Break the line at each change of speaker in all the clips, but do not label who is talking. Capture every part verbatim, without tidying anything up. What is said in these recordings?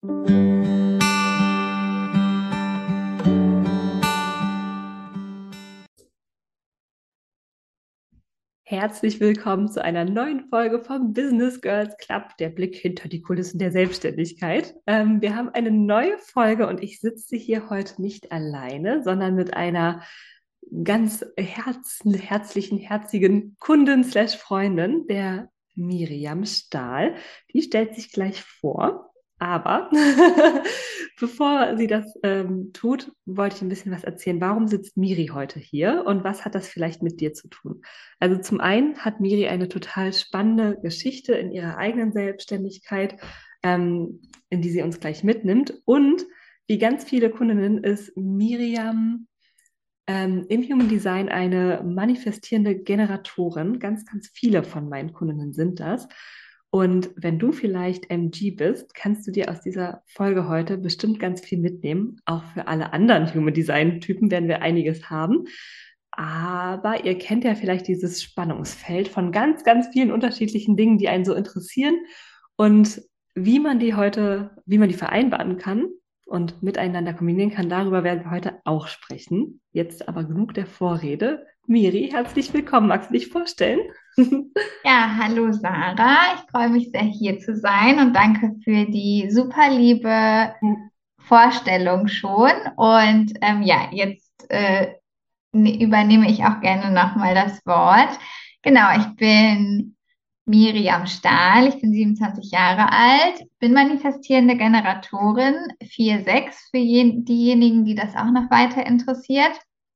Herzlich willkommen zu einer neuen Folge vom Business Girls Club, der Blick hinter die Kulissen der Selbstständigkeit. Ähm, wir haben eine neue Folge und ich sitze hier heute nicht alleine, sondern mit einer ganz herzen, herzlichen, herzigen Kundin slash Freundin, der Miriam Stahl. Die stellt sich gleich vor. Aber bevor sie das ähm, tut, wollte ich ein bisschen was erzählen. Warum sitzt Miri heute hier und was hat das vielleicht mit dir zu tun? Also zum einen hat Miri eine total spannende Geschichte in ihrer eigenen Selbstständigkeit, ähm, in die sie uns gleich mitnimmt. Und wie ganz viele Kundinnen ist Miriam ähm, im Human Design eine manifestierende Generatorin. Ganz, ganz viele von meinen Kundinnen sind das. Und wenn du vielleicht M G bist, kannst du dir aus dieser Folge heute bestimmt ganz viel mitnehmen. Auch für alle anderen Human Design Typen werden wir einiges haben. Aber ihr kennt ja vielleicht dieses Spannungsfeld von ganz, ganz vielen unterschiedlichen Dingen, die einen so interessieren und wie man die heute, wie man die vereinbaren kann und miteinander kombinieren kann, darüber werden wir heute auch sprechen. Jetzt aber genug der Vorrede. Miri, herzlich willkommen. Magst du dich vorstellen?
Ja, hallo Sarah. Ich freue mich sehr, hier zu sein und danke für die super liebe Vorstellung schon. Und ähm, ja, jetzt äh, ne- übernehme ich auch gerne nochmal das Wort. Genau, ich bin Miriam Stahl, ich bin siebenundzwanzig Jahre alt, bin manifestierende Generatorin vier sechs für jen- diejenigen, die das auch noch weiter interessiert.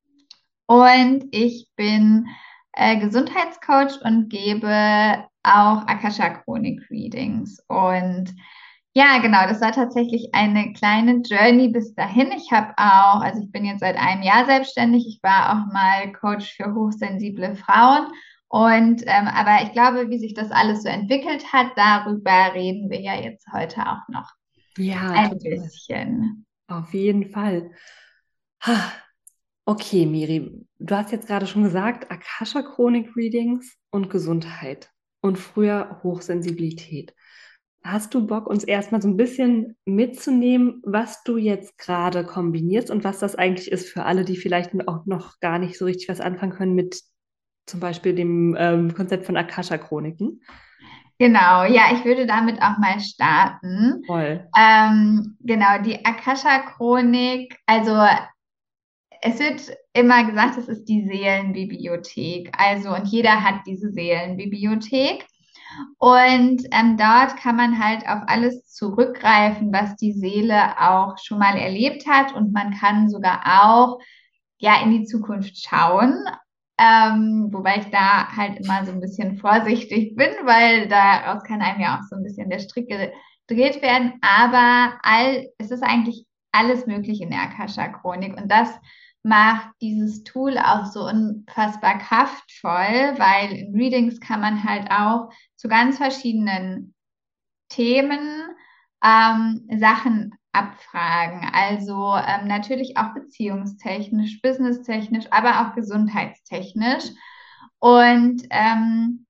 Und ich bin äh, Gesundheitscoach und gebe auch Akasha Chronik Readings. Und ja, genau, das war tatsächlich eine kleine Journey bis dahin. Ich habe auch, also ich bin jetzt seit einem Jahr selbstständig. Ich war auch mal Coach für hochsensible Frauen. Und ähm, aber ich glaube, wie sich das alles so entwickelt hat, darüber reden wir ja jetzt heute auch noch
Ja,
ein
total.
bisschen.
Auf jeden Fall. Ha, okay, Miri, du hast jetzt gerade schon gesagt, Akasha Chronik Readings und Gesundheit und früher Hochsensibilität. Hast du Bock, uns erstmal so ein bisschen mitzunehmen, was du jetzt gerade kombinierst und was das eigentlich ist für alle, die vielleicht auch noch gar nicht so richtig was anfangen können mit zum Beispiel dem ähm, Konzept von Akasha-Chroniken?
Genau, ja, ich würde damit auch mal starten.
Voll.
Ähm, genau, die Akasha-Chronik, also es wird immer gesagt, es ist die Seelenbibliothek. Also, und jeder hat diese Seelenbibliothek. Und ähm, dort kann man halt auf alles zurückgreifen, was die Seele auch schon mal erlebt hat. Und man kann sogar auch ja in die Zukunft schauen. Ähm, wobei ich da halt immer so ein bisschen vorsichtig bin, weil daraus kann einem ja auch so ein bisschen der Strick gedreht werden. Aber all, es ist eigentlich alles möglich in der Akasha-Chronik. Und das macht dieses Tool auch so unfassbar kraftvoll, weil in Readings kann man halt auch zu ganz verschiedenen Themen ähm, Sachen abfragen. Also ähm, natürlich auch beziehungstechnisch, businesstechnisch, aber auch gesundheitstechnisch. Und ähm,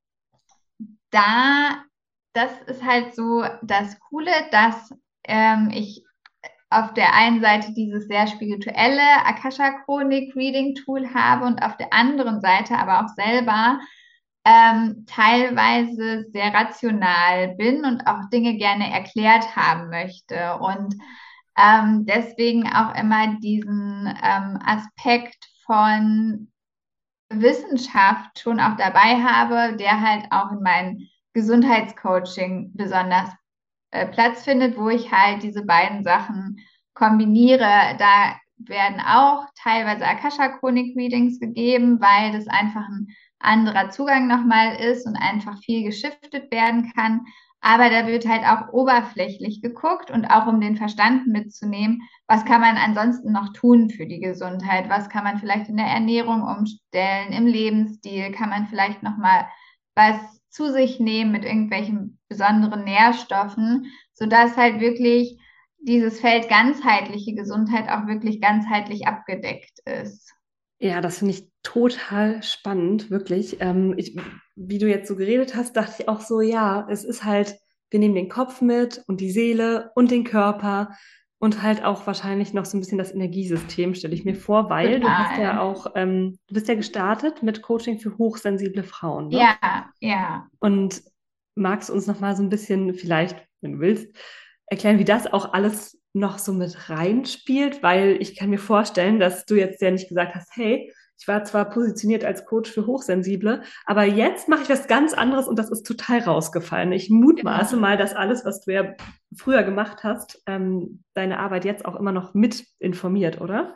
da, das ist halt so das Coole, dass ähm, ich auf der einen Seite dieses sehr spirituelle Akasha-Chronik-Reading-Tool habe und auf der anderen Seite aber auch selber ähm, teilweise sehr rational bin und auch Dinge gerne erklärt haben möchte und ähm, deswegen auch immer diesen ähm, Aspekt von Wissenschaft schon auch dabei habe, der halt auch in meinem Gesundheitscoaching besonders äh, Platz findet, wo ich halt diese beiden Sachen kombiniere. Da werden auch teilweise Akasha-Chronik-Readings gegeben, weil das einfach ein anderer Zugang nochmal ist und einfach viel geschiftet werden kann. Aber da wird halt auch oberflächlich geguckt und auch um den Verstand mitzunehmen, was kann man ansonsten noch tun für die Gesundheit? Was kann man vielleicht in der Ernährung umstellen, im Lebensstil? Kann man vielleicht nochmal was zu sich nehmen mit irgendwelchen besonderen Nährstoffen, sodass halt wirklich dieses Feld ganzheitliche Gesundheit auch wirklich ganzheitlich abgedeckt ist.
Ja, das finde ich total spannend, wirklich. Ähm, ich, wie du jetzt so geredet hast, dachte ich auch so, ja, es ist halt wir nehmen den Kopf mit und die Seele und den Körper und halt auch wahrscheinlich noch so ein bisschen das Energiesystem, stelle ich mir vor, weil du hast ja
Total.
auch, ähm, du bist ja gestartet mit Coaching für hochsensible Frauen, ne?
Ja, ja.
Und magst du uns noch mal so ein bisschen, vielleicht, wenn du willst, erklären, wie das auch alles noch so mit reinspielt? Weil ich kann mir vorstellen, dass du jetzt ja nicht gesagt hast, hey, ich war zwar positioniert als Coach für Hochsensible, aber jetzt mache ich was ganz anderes und das ist total rausgefallen. Ich mutmaße
Genau.
mal, dass alles, was du ja früher gemacht hast, ähm, deine Arbeit jetzt auch immer noch mit informiert, oder?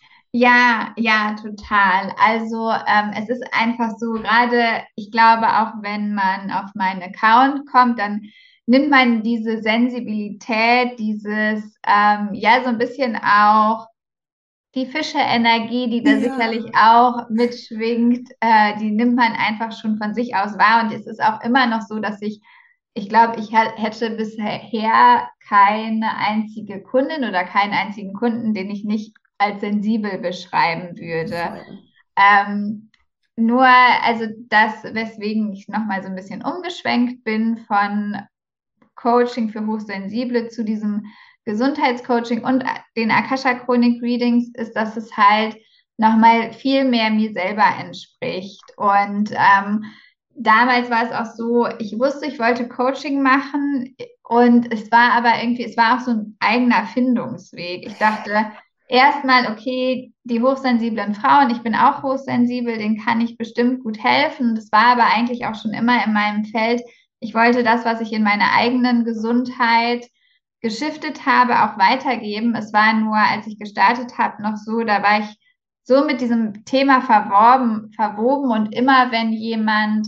Ja, ja, total. Also ähm, es ist einfach so, gerade, ich glaube, auch wenn man auf meinen Account kommt, dann nimmt man diese Sensibilität, dieses, ähm, ja, so ein bisschen auch die Fische-Energie, die da
Ja,
sicherlich auch mitschwingt, äh, die nimmt man einfach schon von sich aus wahr. Und es ist auch immer noch so, dass ich, ich glaube, ich ha- hätte bisher keine einzige Kundin oder keinen einzigen Kunden, den ich nicht als sensibel beschreiben würde.
voll.
Ähm, nur, also das, weswegen ich nochmal so ein bisschen umgeschwenkt bin von Coaching für Hochsensible zu diesem Gesundheitscoaching und den Akasha Chronik Readings ist, dass es halt nochmal viel mehr mir selber entspricht. Und ähm, damals war es auch so, ich wusste, ich wollte Coaching machen und es war aber irgendwie, es war auch so ein eigener Findungsweg. Ich dachte erstmal, okay, die hochsensiblen Frauen, ich bin auch hochsensibel, denen kann ich bestimmt gut helfen. Das war aber eigentlich auch schon immer in meinem Feld. Ich wollte das, was ich in meiner eigenen Gesundheit geschiftet habe, auch weitergeben. Es war nur, als ich gestartet habe, noch so, da war ich so mit diesem Thema verworben, verwoben und immer wenn jemand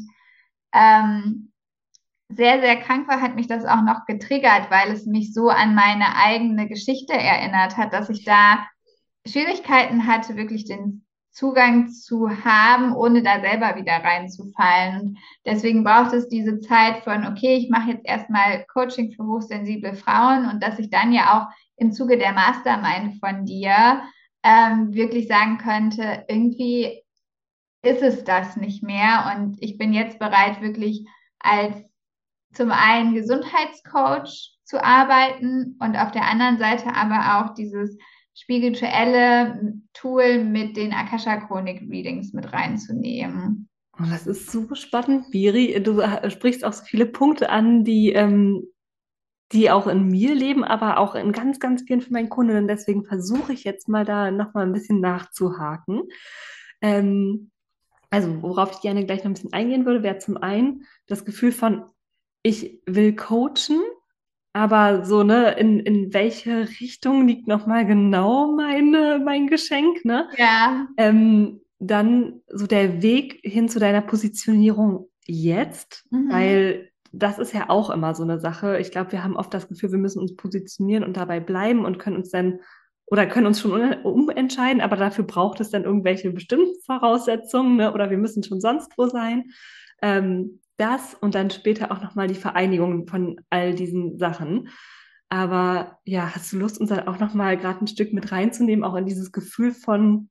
ähm, sehr, sehr krank war, hat mich das auch noch getriggert, weil es mich so an meine eigene Geschichte erinnert hat, dass ich da Schwierigkeiten hatte, wirklich den Zugang zu haben, ohne da selber wieder reinzufallen. Und deswegen braucht es diese Zeit von, okay, ich mache jetzt erstmal Coaching für hochsensible Frauen und dass ich dann ja auch im Zuge der Mastermind von dir ähm, wirklich sagen könnte, irgendwie ist es das nicht mehr. Und ich bin jetzt bereit, wirklich als zum einen Gesundheitscoach zu arbeiten und auf der anderen Seite aber auch dieses spirituelle Tool mit den Akasha Chronik Readings mit reinzunehmen.
Oh, das ist super spannend, Biri. Du äh, sprichst auch so viele Punkte an, die, ähm, die auch in mir leben, aber auch in ganz, ganz vielen von meinen Kundinnen. Deswegen versuche ich jetzt mal da nochmal ein bisschen nachzuhaken. Ähm, also, worauf ich gerne gleich noch ein bisschen eingehen würde, wäre zum einen das Gefühl von, ich will coachen, aber so, ne, in, in welche Richtung liegt nochmal genau meine, mein Geschenk, ne?
Ja,
Ähm, dann so der Weg hin zu deiner Positionierung jetzt,
mhm.
weil das ist ja auch immer so eine Sache. Ich glaube, wir haben oft das Gefühl, wir müssen uns positionieren und dabei bleiben und können uns dann oder können uns schon umentscheiden, aber dafür braucht es dann irgendwelche bestimmten Voraussetzungen, ne? Oder wir müssen schon sonst wo sein. Ähm, das und dann später auch nochmal die Vereinigung von all diesen Sachen. Aber ja, hast du Lust, uns dann auch nochmal gerade ein Stück mit reinzunehmen, auch in dieses Gefühl von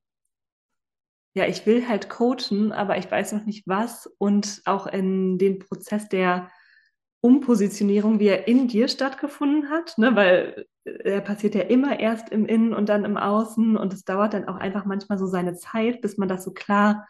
ja, ich will halt coachen, aber ich weiß noch nicht was und auch in den Prozess der Umpositionierung, wie er in dir stattgefunden hat, ne, weil er passiert ja immer erst im Innen und dann im Außen und es dauert dann auch einfach manchmal so seine Zeit, bis man das so klar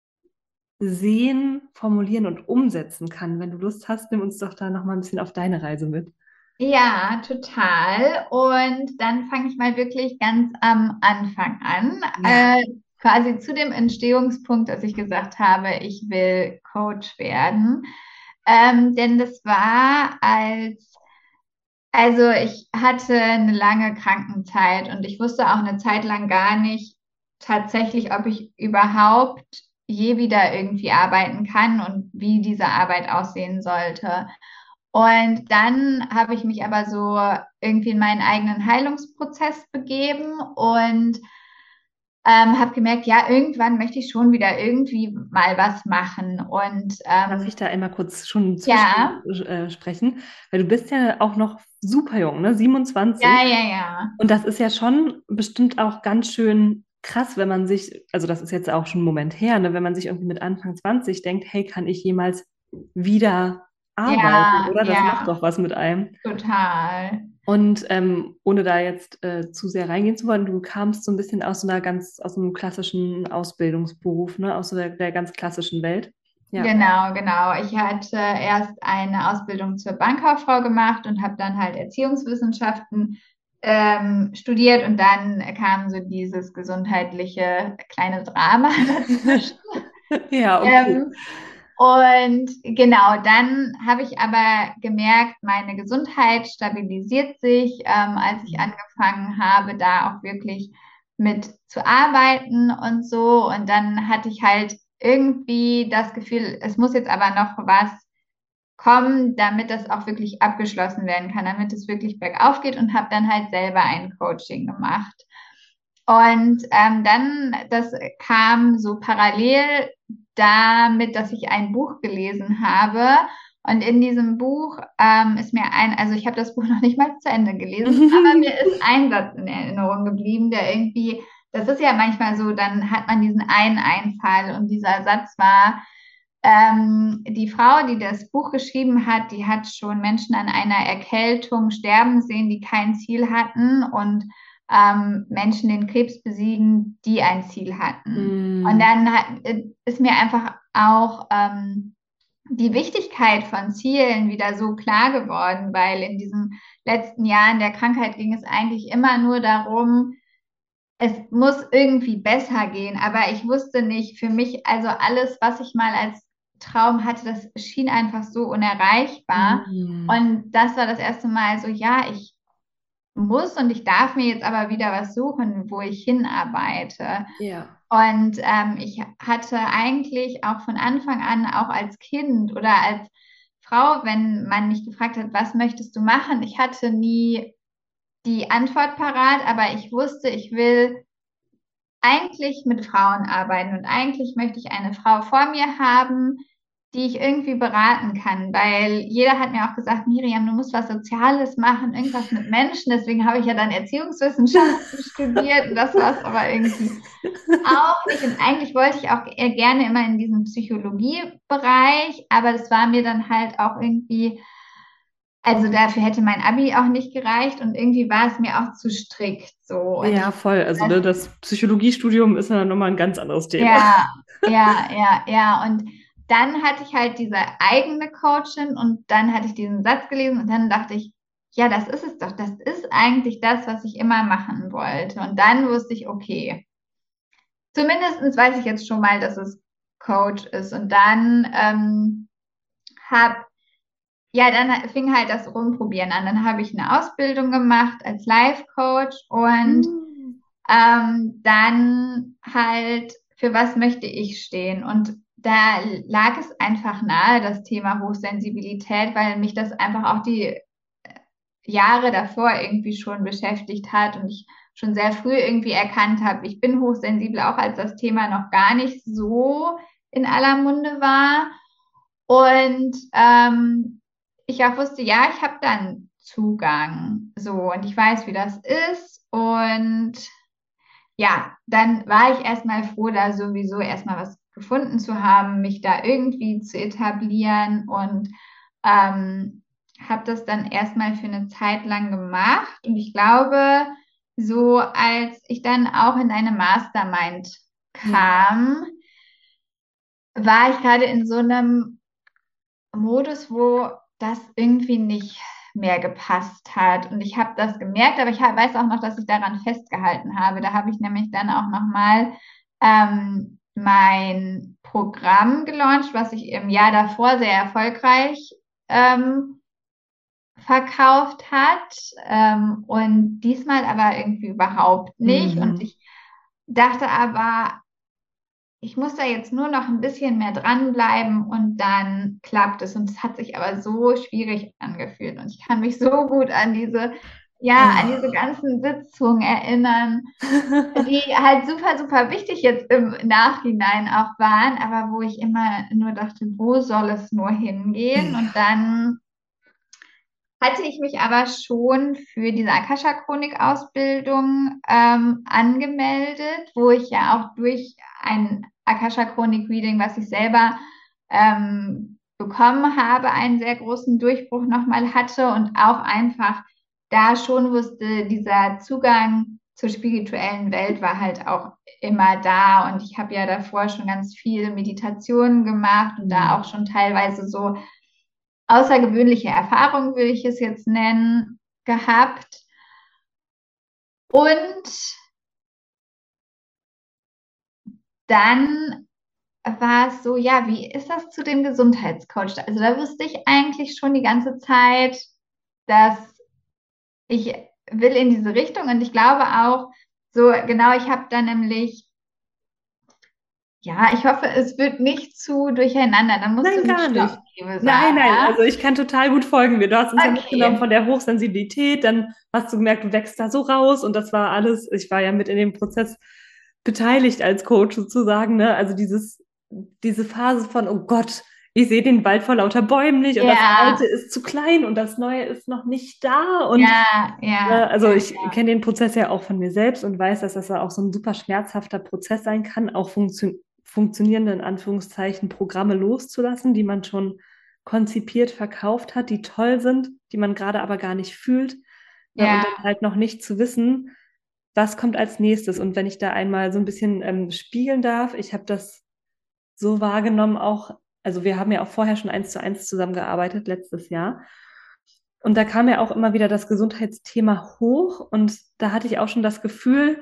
sehen, formulieren und umsetzen kann. Wenn du Lust hast, nimm uns doch da noch mal ein bisschen auf deine Reise mit.
Ja, total. Und dann fange ich mal wirklich ganz am Anfang an.
Ja.
Äh, quasi zu dem Entstehungspunkt, dass ich gesagt habe, ich will Coach werden. Ähm, denn das war als Also ich hatte eine lange Krankenzeit und ich wusste auch eine Zeit lang gar nicht tatsächlich, ob ich überhaupt je wieder irgendwie arbeiten kann und wie diese Arbeit aussehen sollte. Und dann habe ich mich aber so irgendwie in meinen eigenen Heilungsprozess begeben und ähm, habe gemerkt, ja, irgendwann möchte ich schon wieder irgendwie mal was machen. Und
Darf ich
ähm,
da einmal kurz schon
ja,
zwischen äh, sprechen? Weil du bist ja auch noch super jung, ne?
ja,
siebenundzwanzig.
ja, ja.
Und das ist ja schon bestimmt auch ganz schön krass, wenn man sich, also das ist jetzt auch schon einen Moment her, ne, wenn man sich irgendwie mit Anfang zwanzig denkt, hey, kann ich jemals wieder arbeiten,
Ja,
oder? Das macht
ja,
doch was mit einem.
total.
Und ähm, ohne da jetzt äh, zu sehr reingehen zu wollen, du kamst so ein bisschen aus so einer ganz, aus einem klassischen Ausbildungsberuf, ne? Aus so der, der ganz klassischen Welt. Ja.
Genau, genau. Ich hatte erst eine Ausbildung zur Bankkauffrau gemacht und habe dann halt Erziehungswissenschaften ähm, studiert und dann kam so dieses gesundheitliche kleine Drama dazwischen.
Ja, okay.
Ähm, und genau, dann habe ich aber gemerkt, meine Gesundheit stabilisiert sich, ähm, als ich
Mhm.
angefangen habe, da auch wirklich mit zu arbeiten und so. Und dann hatte ich halt irgendwie das Gefühl, es muss jetzt aber noch was kommen, damit das auch wirklich abgeschlossen werden kann, damit es wirklich bergauf geht und habe dann halt selber ein Coaching gemacht. Und ähm, dann, das kam so parallel damit, dass ich ein Buch gelesen habe. Und in diesem Buch ähm, ist mir ein, also ich habe das Buch noch nicht mal zu Ende gelesen, aber mir ist ein Satz in Erinnerung geblieben, der irgendwie, das ist ja manchmal so, dann hat man diesen einen Einfall und dieser Satz war, ähm, die Frau, die das Buch geschrieben hat, die hat schon Menschen an einer Erkältung sterben sehen, die kein Ziel hatten und ähm, Menschen den Krebs besiegen, die ein Ziel hatten. Und
Mm,
dann hat, ist mir einfach auch ähm, die Wichtigkeit von Zielen wieder so klar geworden, weil in diesen letzten Jahren der Krankheit ging es eigentlich immer nur darum, es muss irgendwie besser gehen, aber ich wusste nicht für mich, also alles, was ich mal als Traum hatte, das schien einfach so unerreichbar.
mm,
Und das war das erste Mal so, ja, ich muss und ich darf mir jetzt aber wieder was suchen, wo ich hinarbeite.
ja.
Und ähm, ich hatte eigentlich auch von Anfang an, auch als Kind oder als Frau, wenn man mich gefragt hat, was möchtest du machen, ich hatte nie die Antwort parat, aber ich wusste, ich will eigentlich mit Frauen arbeiten und eigentlich möchte ich eine Frau vor mir haben, die ich irgendwie beraten kann, weil jeder hat mir auch gesagt, Miriam, du musst was Soziales machen, irgendwas mit Menschen. Deswegen habe ich ja dann Erziehungswissenschaften studiert und das war es aber irgendwie auch nicht. Und eigentlich wollte ich auch eher gerne immer in diesem Psychologiebereich, aber das war mir dann halt auch irgendwie, also dafür hätte mein Abi auch nicht gereicht und irgendwie war es mir auch zu strikt so. Und
Ja,
ich,
voll. Also,
das
ne, das Psychologiestudium ist ja nochmal ein ganz anderes Thema.
ja, ja, ja, ja. Und dann hatte ich halt diese eigene Coachin und dann hatte ich diesen Satz gelesen und dann dachte ich, ja, das ist es doch. Das ist eigentlich das, was ich immer machen wollte. Und dann wusste ich, okay, zumindest weiß ich jetzt schon mal, dass es Coach ist. Und dann ähm, hab, ja, dann fing halt das Rumprobieren an. Dann habe ich eine Ausbildung gemacht als Life Coach und
Mm.
ähm, dann halt, für was möchte ich stehen? Und da lag es einfach nahe, das Thema Hochsensibilität, weil mich das einfach auch die Jahre davor irgendwie schon beschäftigt hat und ich schon sehr früh irgendwie erkannt habe, ich bin hochsensibel, auch als das Thema noch gar nicht so in aller Munde war. Und ähm, ich auch wusste, ja, ich habe dann Zugang, so und ich weiß, wie das ist. Und ja, dann war ich erstmal froh, da sowieso erstmal was gefunden zu haben, mich da irgendwie zu etablieren und ähm, habe das dann erstmal für eine Zeit lang gemacht. Und ich glaube, so als ich dann auch in eine Mastermind
Ja.
kam, war ich gerade in so einem Modus, wo das irgendwie nicht mehr gepasst hat. Und ich habe das gemerkt, aber ich hab, weiß auch noch, dass ich daran festgehalten habe. Da habe ich nämlich dann auch nochmal ähm, mein Programm gelauncht, was ich im Jahr davor sehr erfolgreich ähm, verkauft hat. Ähm, und diesmal aber irgendwie überhaupt nicht. Und
Mhm.
ich dachte aber, ich muss da jetzt nur noch ein bisschen mehr dranbleiben und dann klappt es. Und es hat sich aber so schwierig angefühlt. Und ich kann mich so gut an diese, ja, an diese
Oh.
ganzen Sitzungen erinnern, die halt super, super wichtig jetzt im Nachhinein auch waren, aber wo ich immer nur dachte, wo soll es nur hingehen? Und
Ja.
dann hatte ich mich aber schon für diese Akasha-Chronik-Ausbildung ähm, angemeldet, wo ich ja auch durch ein Akasha-Chronik-Reading, was ich selber ähm, bekommen habe, einen sehr großen Durchbruch nochmal hatte und auch einfach da schon wusste, dieser Zugang zur spirituellen Welt war halt auch immer da. Und ich habe ja davor schon ganz viel Meditationen gemacht und da auch
Mhm.
schon teilweise so außergewöhnliche Erfahrungen, würde ich es jetzt nennen, gehabt. Und dann war es so, ja, wie ist das zu dem Gesundheitscoach? Also da wusste ich eigentlich schon die ganze Zeit, dass ich will in diese Richtung und ich glaube auch, so genau, ich habe da nämlich, ja, ich hoffe, es wird nicht zu durcheinander. Dann musst du
Nein,
mir
gar
Stopp,
nicht.
liebe
Nein,
Sarah.
nein, also ich kann total gut folgen. Du hast uns ja mitgenommen von
Okay.
der Hochsensibilität, dann hast du gemerkt, du wächst da so raus und das war alles, ich war ja mit in dem Prozess beteiligt als Coach sozusagen, ne? Also dieses, diese Phase von, oh Gott, ich sehe den Wald vor lauter Bäumen nicht und das Alte
Ja,
ist zu klein und das Neue ist noch nicht da und
ja,
äh,
ja,
also
ja,
ich kenne den Prozess ja auch von mir selbst und weiß, dass das ja auch so ein super schmerzhafter Prozess sein kann, auch funktio funktionierende, in Anführungszeichen, Programme loszulassen, die man schon konzipiert verkauft hat, die toll sind, die man gerade aber gar nicht fühlt. Ne? Und
ja,
dann halt noch nicht zu wissen, was kommt als nächstes. Und wenn ich da einmal so ein bisschen ähm, spiegeln darf, ich habe das so wahrgenommen auch, also wir haben ja auch vorher schon eins zu eins zusammengearbeitet, letztes Jahr. Und da kam ja auch immer wieder das Gesundheitsthema hoch und da hatte ich auch schon das Gefühl,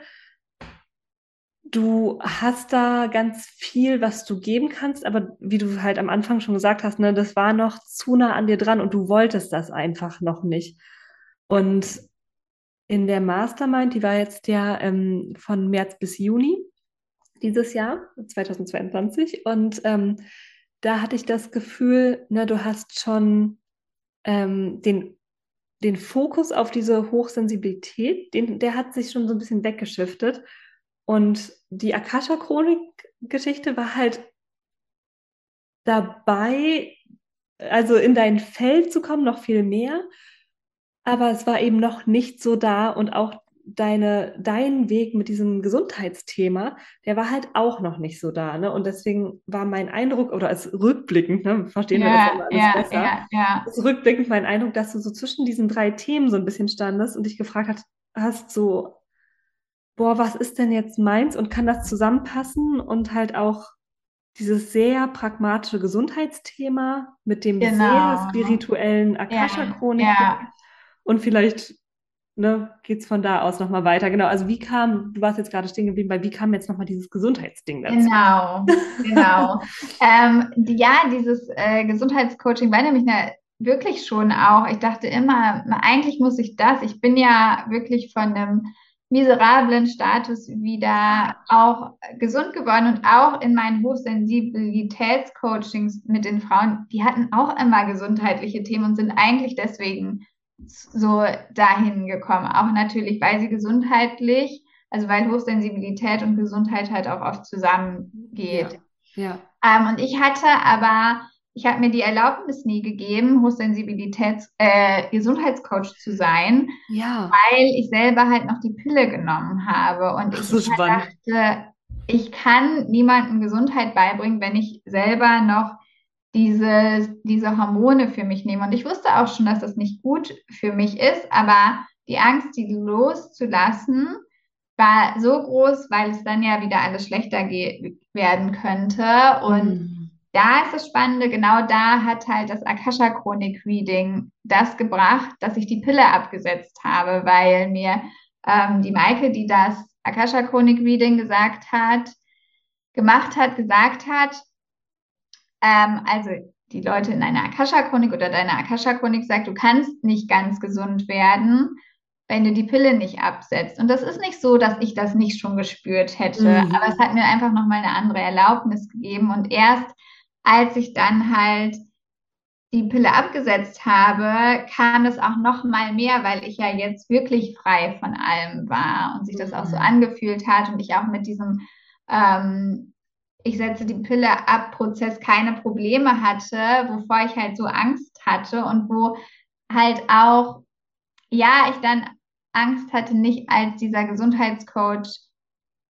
du hast da ganz viel, was du geben kannst, aber wie du halt am Anfang schon gesagt hast, ne, das war noch zu nah an dir dran und du wolltest das einfach noch nicht. Und in der Mastermind, die war jetzt ja ähm, von März bis Juni dieses Jahr, zwanzig zweiundzwanzig, und ähm, da hatte ich das Gefühl, ne, du hast schon ähm, den den Fokus auf diese Hochsensibilität, den, der hat sich schon so ein bisschen weggeschiftet. Und die Akasha-Chronik-Geschichte war halt dabei, also in dein Feld zu kommen, noch viel mehr. Aber es war eben noch nicht so da und auch deine, dein Weg mit diesem Gesundheitsthema, der war halt auch noch nicht so da. Ne? Und deswegen war mein Eindruck, oder als rückblickend, ne, verstehen wir das ja
ja,
immer alles
ja,
besser,
ja, ja,
ist rückblickend mein Eindruck, dass du so zwischen diesen drei Themen so ein bisschen standest und dich gefragt hast, hast so, boah, was ist denn jetzt meins und kann das zusammenpassen und halt auch dieses sehr pragmatische Gesundheitsthema mit dem sehr
genau.
spirituellen
Ja,
Akasha-Chronik-Ding
ja.
und vielleicht ne, geht es von da aus nochmal weiter. Genau, also wie kam, du warst jetzt gerade stehen geblieben, weil wie kam jetzt nochmal dieses Gesundheitsding dazu?
Genau, genau. Ähm, die, ja, dieses äh, Gesundheitscoaching war nämlich eine, wirklich schon auch, ich dachte immer, eigentlich muss ich das, ich bin ja wirklich von einem miserablen Status wieder
Ja,
auch gesund geworden und auch in meinen Hochsensibilitätscoachings mit den Frauen, die hatten auch immer gesundheitliche Themen und sind eigentlich deswegen so dahin gekommen. Auch natürlich, weil sie gesundheitlich, also weil Hochsensibilität und Gesundheit halt auch oft zusammengeht.
ja, ja,
Ähm, und ich hatte aber, ich habe mir die Erlaubnis nie gegeben, Hochsensibilitäts, äh, Gesundheitscoach zu sein,
ja.
weil ich selber halt noch die Pille genommen habe. Und
Ach,
ich
so
immer
spannend.
dachte, ich kann niemandem Gesundheit beibringen, wenn ich selber noch diese, diese Hormone für mich nehme. Und ich wusste auch schon, dass das nicht gut für mich ist, aber die Angst, die loszulassen, war so groß, weil es dann ja wieder alles schlechter ge- werden könnte. Und
Hm.
da ist das Spannende, genau da hat halt das Akasha-Chronik-Reading das gebracht, dass ich die Pille abgesetzt habe, weil mir ähm, die Maike, die das Akasha-Chronik-Reading gesagt hat, gemacht hat, gesagt hat, ähm, also die Leute in einer Akasha-Chronik oder deiner Akasha-Chronik sagt, du kannst nicht ganz gesund werden, wenn du die Pille nicht absetzt. Und das ist nicht so, dass ich das nicht schon gespürt hätte, aber es
Mhm.
hat mir einfach nochmal eine andere Erlaubnis gegeben. Und erst als ich dann halt die Pille abgesetzt habe, kam das auch noch mal mehr, weil ich ja jetzt wirklich frei von allem war und sich das auch so
Mhm.
angefühlt hat und ich auch mit diesem ähm, ich setze die Pille ab Prozess keine Probleme hatte, wovor ich halt so Angst hatte und wo halt auch, ja, ich dann Angst hatte, nicht als dieser Gesundheitscoach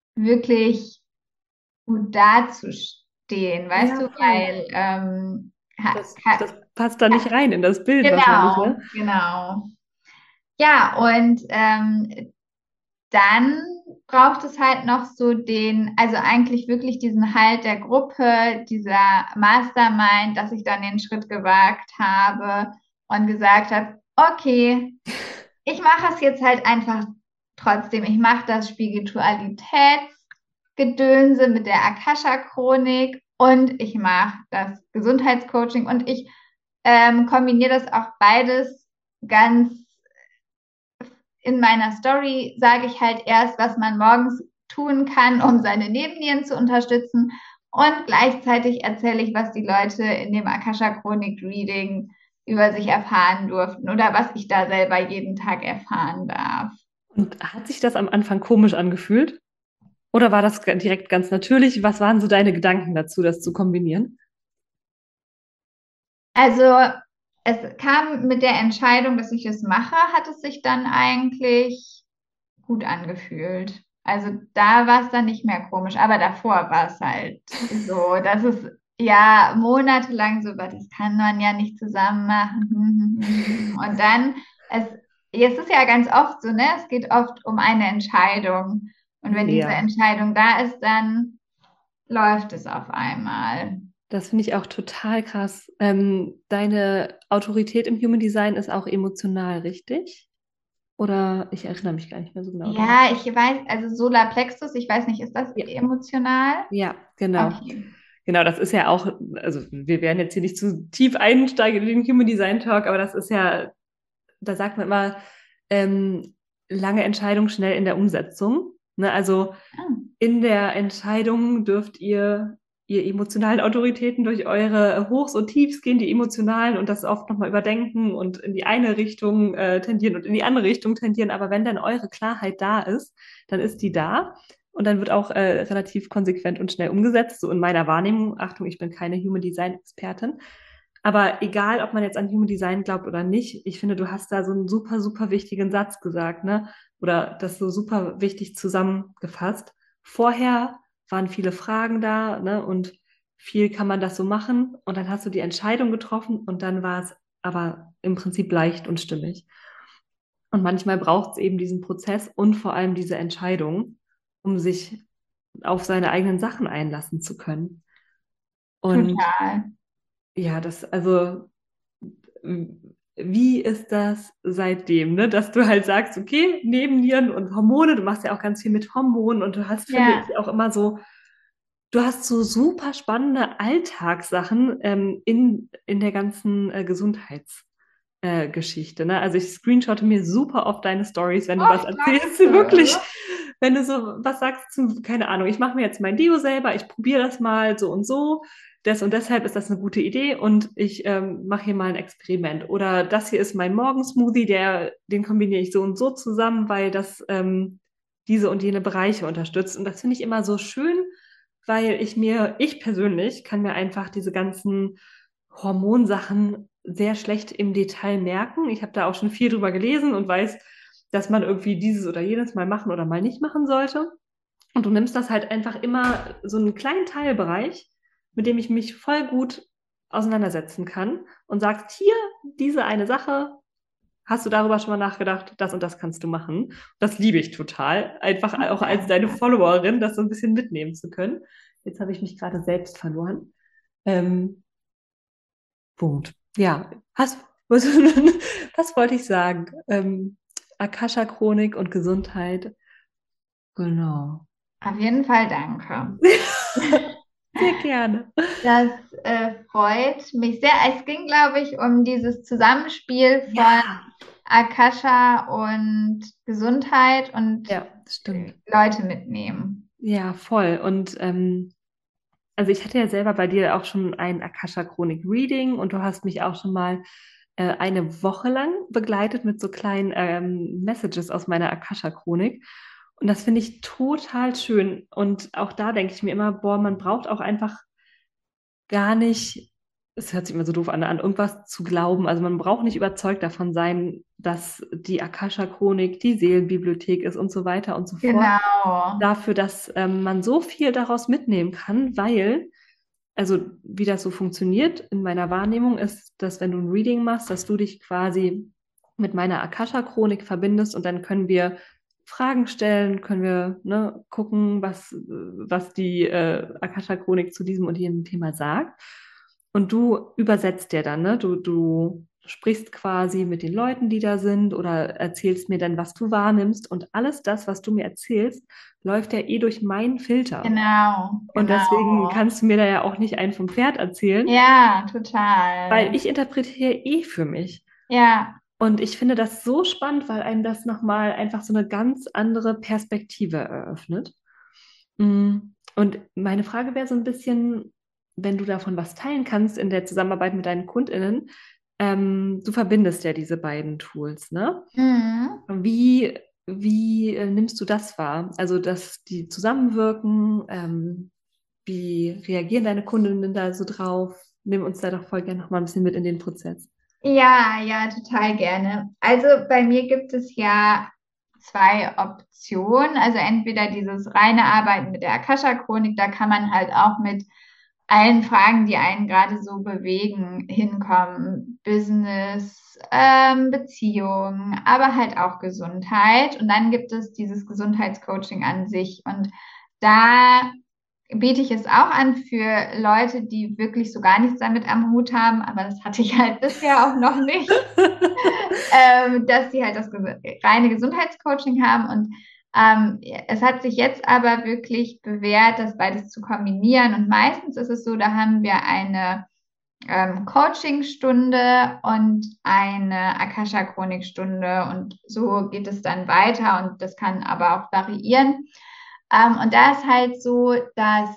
wirklich gut dazustehen, weißt
Ja,
du,
voll.
weil ähm, Ha,
Das,
ha,
das passt da nicht rein in das Bild wahrscheinlich,
genau,
ne?
genau. Ja, und ähm, dann braucht es halt noch so den, also eigentlich wirklich diesen Halt der Gruppe, dieser Mastermind, dass ich dann den Schritt gewagt habe und gesagt habe, okay, ich mache es jetzt halt einfach trotzdem. Ich mache das Spiritualitätsgedönse mit der Akasha-Chronik und ich mache das Gesundheitscoaching und ich ähm, kombiniere das auch beides ganz in meiner Story. Sage ich halt erst, was man morgens tun kann, um seine Nebennieren zu unterstützen. Und gleichzeitig erzähle ich, was die Leute in dem Akasha-Chronik-Reading über sich erfahren durften oder was ich da selber jeden Tag erfahren darf.
Und hat sich das am Anfang komisch angefühlt? Oder war das direkt ganz natürlich? Was waren so deine Gedanken dazu, das zu kombinieren?
Also es kam mit der Entscheidung, dass ich es mache, hat es sich dann eigentlich gut angefühlt. Also da war es dann nicht mehr komisch, aber davor war es halt so, dass es ja monatelang so war, das kann man ja nicht zusammen machen. Und dann, es, es ist ja ganz oft so, ne? Es geht oft um eine Entscheidung. Und wenn diese
Ja,
Entscheidung da ist, dann läuft es auf einmal.
das finde ich auch total krass. Ähm, deine Autorität im Human Design ist auch emotional, richtig? Oder ich erinnere mich gar nicht mehr so genau dran.
Ja, ich weiß, also Solarplexus, ich weiß nicht, ist das
Ja,
emotional?
ja, genau.
Okay.
Genau, das ist ja auch, also wir werden jetzt hier nicht zu tief einsteigen in den Human Design Talk, aber das ist ja, da sagt man immer, ähm, lange Entscheidung schnell in der Umsetzung. Ne? Also
Ah,
in der Entscheidung dürft ihr ihr emotionalen Autoritäten durch eure Hochs und Tiefs gehen, die emotionalen und das oft nochmal überdenken und in die eine Richtung äh, tendieren und in die andere Richtung tendieren. Aber wenn dann eure Klarheit da ist, dann ist die da und dann wird auch äh, relativ konsequent und schnell umgesetzt. So in meiner Wahrnehmung. Achtung, ich bin keine Human Design Expertin. Aber egal, ob man jetzt an Human Design glaubt oder nicht, ich finde, du hast da so einen super, super wichtigen Satz gesagt, ne? Oder das so super wichtig zusammengefasst. Vorher waren viele Fragen da, ne? Und viel kann man das so machen. Und dann hast du die Entscheidung getroffen und dann war es aber im Prinzip leicht und stimmig. Und manchmal braucht es eben diesen Prozess und vor allem diese Entscheidung, um sich auf seine eigenen Sachen einlassen zu können. Und
total.
ja, das, also, wie ist das seitdem, ne? Dass du halt sagst, okay, Nebennieren und Hormone, du machst ja auch ganz viel mit Hormonen und du hast, finde
Ja,
ich, auch immer so, du hast so super spannende Alltagssachen ähm, in, in der ganzen äh, Gesundheitsgeschichte. Äh, Geschichte, ne? Also ich screenshotte mir super oft deine Stories, wenn du was
oh,
erzählst, wirklich,
danke.
wenn du so was sagst zum, keine Ahnung, ich mache mir jetzt mein Deo selber, ich probiere das mal so und so, das und deshalb ist das eine gute Idee und ich ähm, mache hier mal ein Experiment. Oder das hier ist mein Morgensmoothie, der, den kombiniere ich so und so zusammen, weil das ähm, diese und jene Bereiche unterstützt. Und das finde ich immer so schön, weil ich mir, ich persönlich kann mir einfach diese ganzen Hormonsachen sehr schlecht im Detail merken. Ich habe da auch schon viel drüber gelesen und weiß, dass man irgendwie dieses oder jenes mal machen oder mal nicht machen sollte. Und du nimmst das halt einfach immer so einen kleinen Teilbereich, mit dem ich mich voll gut auseinandersetzen kann und sagst, hier, diese eine Sache, hast du darüber schon mal nachgedacht, das und das kannst du machen. Das liebe ich total, einfach auch als deine
Danke.
Followerin, das so ein bisschen mitnehmen zu können. Jetzt habe ich mich gerade selbst verloren. Ähm, Punkt. Ja, was, was, was wollte ich sagen? Ähm, Akasha-Chronik und Gesundheit. Genau.
Auf jeden Fall danke.
Sehr gerne.
Das äh, freut mich sehr. Es ging, glaube ich, um dieses Zusammenspiel von
Ja,
Akasha und Gesundheit und
ja, das
äh,
stimmt.
Leute mitnehmen.
Ja, voll. Und ähm, also ich hatte ja selber bei dir auch schon ein Akasha-Chronik-Reading und du hast mich auch schon mal äh, eine Woche lang begleitet mit so kleinen ähm, Messages aus meiner Akasha-Chronik. Und das finde ich total schön. Und auch da denke ich mir immer, boah, man braucht auch einfach gar nicht, es hört sich immer so doof an, an irgendwas zu glauben. Also man braucht nicht überzeugt davon sein, dass die Akasha-Chronik die Seelenbibliothek ist und so weiter und so fort.
Genau.
Dafür, dass ähm, man so viel daraus mitnehmen kann, weil also wie das so funktioniert in meiner Wahrnehmung ist, dass wenn du ein Reading machst, dass du dich quasi mit meiner Akasha-Chronik verbindest und dann können wir Fragen stellen, können wir ne, gucken, was, was die äh, Akasha-Chronik zu diesem und jenem Thema sagt. Und du übersetzt dir dann, ne? Du, du sprichst quasi mit den Leuten, die da sind oder erzählst mir dann, was du wahrnimmst. Und alles das, was du mir erzählst, läuft ja eh durch meinen Filter.
Genau,
Und deswegen
genau.
kannst du mir da ja auch nicht einen vom Pferd erzählen,
Ja,
weil
total.
ich interpretiere eh für mich.
Ja.
Und ich finde das so spannend, weil einem das nochmal einfach so eine ganz andere Perspektive eröffnet. Mm, Und meine Frage wäre so ein bisschen, wenn du davon was teilen kannst in der Zusammenarbeit mit deinen KundInnen, ähm, du verbindest ja diese beiden Tools, ne?
Mhm.
Wie, wie äh, nimmst du das wahr? Also, dass die zusammenwirken, ähm, wie reagieren deine Kundinnen da so drauf? Nimm uns da doch voll gerne noch mal ein bisschen mit in den Prozess.
Ja, ja, total gerne. Also bei mir gibt es ja zwei Optionen. Also entweder dieses reine Arbeiten mit der Akasha-Chronik, da kann man halt auch mit allen Fragen, die einen gerade so bewegen, hinkommen. Business, ähm, Beziehungen, aber halt auch Gesundheit. Und dann gibt es dieses Gesundheitscoaching an sich. Und da biete ich es auch an für Leute, die wirklich so gar nichts damit am Hut haben, aber das hatte ich halt bisher auch noch nicht, ähm, dass sie halt das ges- reine Gesundheitscoaching haben und ähm, es hat sich jetzt aber wirklich bewährt, das beides zu kombinieren und meistens ist es so, da haben wir eine ähm, Coachingstunde und eine Akasha-Chronik-Stunde und so geht es dann weiter und das kann aber auch variieren. Ähm, und da ist halt so, dass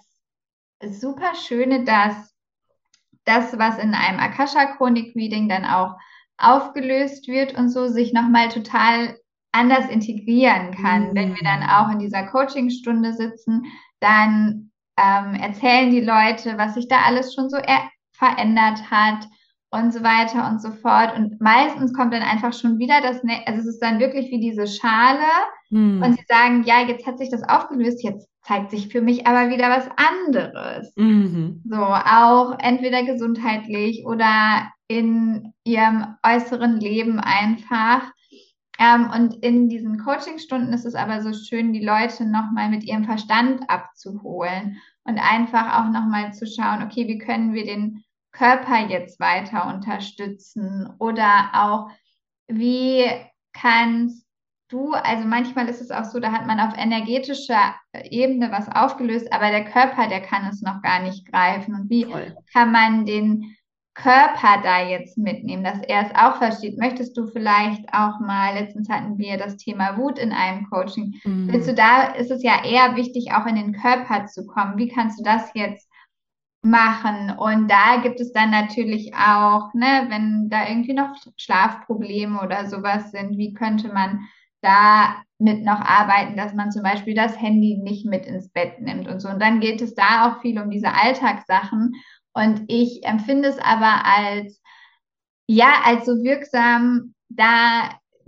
super Schöne, dass das, was in einem Akasha-Chronik-Reading dann auch aufgelöst wird und so, sich nochmal total anders integrieren kann. Wenn wir dann auch
Mm.
in dieser Coachingstunde sitzen, dann ähm, erzählen die Leute, was sich da alles schon so er verändert hat und so weiter und so fort. Und meistens kommt dann einfach schon wieder das, ne also es ist dann wirklich wie diese Schale und
Mm.
sie sagen, ja, jetzt hat sich das aufgelöst, jetzt zeigt sich für mich aber wieder was anderes.
Mhm.
So, auch entweder gesundheitlich oder in ihrem äußeren Leben einfach. Ähm, und in diesen Coachingstunden ist es aber so schön, die Leute nochmal mit ihrem Verstand abzuholen und einfach auch nochmal zu schauen, okay, wie können wir den Körper jetzt weiter unterstützen oder auch, wie kannst du, also manchmal ist es auch so, da hat man auf energetischer Ebene was aufgelöst, aber der Körper, der kann es noch gar nicht greifen. Und wie
Voll.
kann man den Körper da jetzt mitnehmen, dass er es auch versteht? Möchtest du vielleicht auch mal, letztens hatten wir das Thema Wut in einem Coaching. Willst du
Mm.
da, ist es ja eher wichtig, auch in den Körper zu kommen. Wie kannst du das jetzt machen? Und da gibt es dann natürlich auch, ne, wenn da irgendwie noch Schlafprobleme oder sowas sind, wie könnte man da mit noch arbeiten, dass man zum Beispiel das Handy nicht mit ins Bett nimmt und so. Und dann geht es da auch viel um diese Alltagssachen. Und ich empfinde es aber als, ja, als so wirksam, da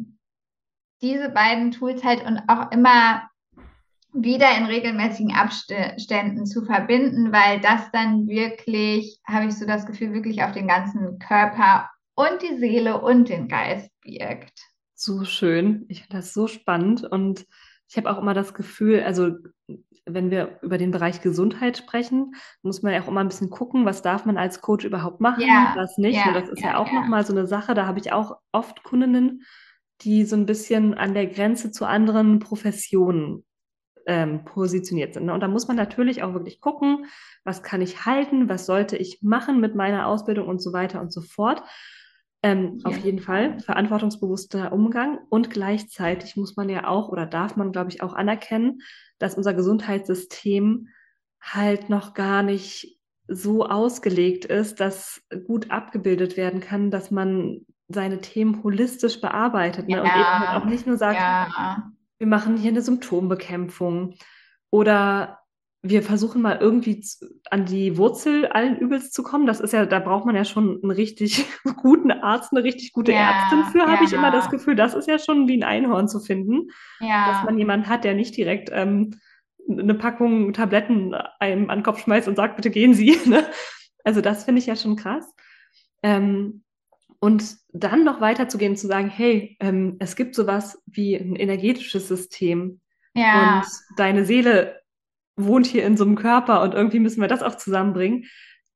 diese beiden Tools halt und auch immer wieder in regelmäßigen Abständen zu verbinden, weil das dann wirklich, habe ich so das Gefühl, wirklich auf den ganzen Körper und die Seele und den Geist wirkt.
So schön. Ich finde das so spannend und ich habe auch immer das Gefühl, also wenn wir über den Bereich Gesundheit sprechen, muss man ja auch immer ein bisschen gucken, was darf man als Coach überhaupt machen,
Ja,
was nicht. Und
ja,
das ist
ja,
ja auch
ja.
nochmal so eine Sache, da habe ich auch oft Kundinnen, die so ein bisschen an der Grenze zu anderen Professionen ähm, positioniert sind. Ne? Und da muss man natürlich auch wirklich gucken, was kann ich halten, was sollte ich machen mit meiner Ausbildung und so weiter und so fort. Ähm,
Auf
auf
jeden
jeden Fall
Fall.
verantwortungsbewusster Umgang und gleichzeitig muss man ja auch oder darf man, glaube ich, auch anerkennen, dass unser Gesundheitssystem halt noch gar nicht so ausgelegt ist, dass gut abgebildet werden kann, dass man seine Themen holistisch bearbeitet, ne? Und eben halt auch
Ja,
nicht nur sagt,
ja,
wir machen hier eine Symptombekämpfung oder wir versuchen mal irgendwie zu, an die Wurzel allen Übels zu kommen. Das ist ja, da braucht man ja schon einen richtig guten Arzt, eine richtig gute Ärztin
ja,
für, habe ich immer das
ja,
Gefühl. Das ist ja schon wie ein Einhorn zu finden, dass man
ja,
jemanden hat, der nicht direkt ähm, eine Packung Tabletten einem an den Kopf schmeißt und sagt, bitte gehen Sie. Ne? Also das finde ich ja schon krass. Ähm, und dann noch weiterzugehen, zu sagen, hey, ähm, es gibt sowas wie ein energetisches System und
Ja,
deine Seele wohnt hier in so einem Körper und irgendwie müssen wir das auch zusammenbringen.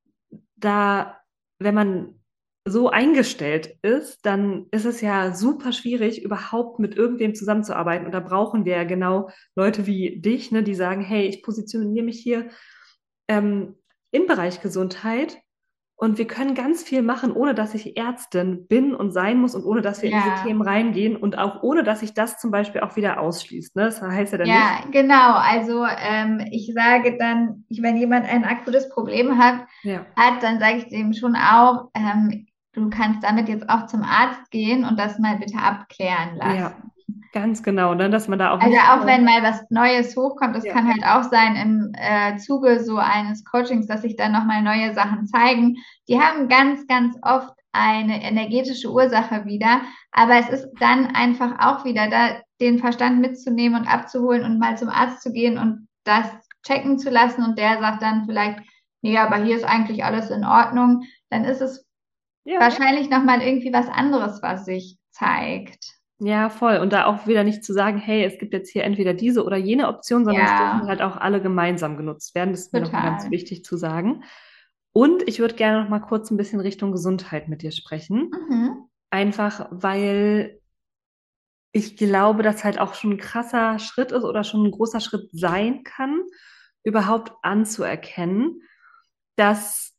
Da, wenn man so eingestellt ist, dann ist es ja super schwierig, überhaupt mit irgendwem zusammenzuarbeiten. Und da brauchen wir ja genau Leute wie dich, ne, die sagen, hey, ich positioniere mich hier ähm, im Bereich Gesundheit und wir können ganz viel machen, ohne dass ich Ärztin bin und sein muss und ohne dass wir in diese
ja.
Themen reingehen und auch ohne dass sich das zum Beispiel auch wieder ausschließt. Ne? Das heißt ja dann nicht,
Ja, genau. Also ähm, ich sage dann, ich, wenn jemand ein akutes Problem hat,
ja,
hat, dann sage ich dem schon auch, ähm, du kannst damit jetzt auch zum Arzt gehen und das mal bitte abklären
ja,
lassen.
ganz genau, ne? Dass man da auch
Also
nicht,
auch wenn mal was Neues hochkommt, das
ja,
kann halt auch sein im äh, Zuge so eines Coachings, dass sich dann nochmal neue Sachen zeigen. Die haben ganz, ganz oft eine energetische Ursache wieder, aber es ist dann einfach auch wieder da, den Verstand mitzunehmen und abzuholen und mal zum Arzt zu gehen und das checken zu lassen und der sagt dann vielleicht, nee, aber hier ist eigentlich alles in Ordnung. Dann ist es
ja,
wahrscheinlich nochmal irgendwie was anderes, was sich zeigt.
ja, voll. Und da auch wieder nicht zu sagen, hey, es gibt jetzt hier entweder diese oder jene Option, sondern es dürfen
Ja,
halt auch alle gemeinsam genutzt werden. Das ist mir nochmal ganz
total.
wichtig zu sagen. Und ich würde gerne noch mal kurz ein bisschen Richtung Gesundheit mit dir sprechen.
Mhm.
Einfach weil ich glaube, dass halt auch schon ein krasser Schritt ist oder schon ein großer Schritt sein kann, überhaupt anzuerkennen, dass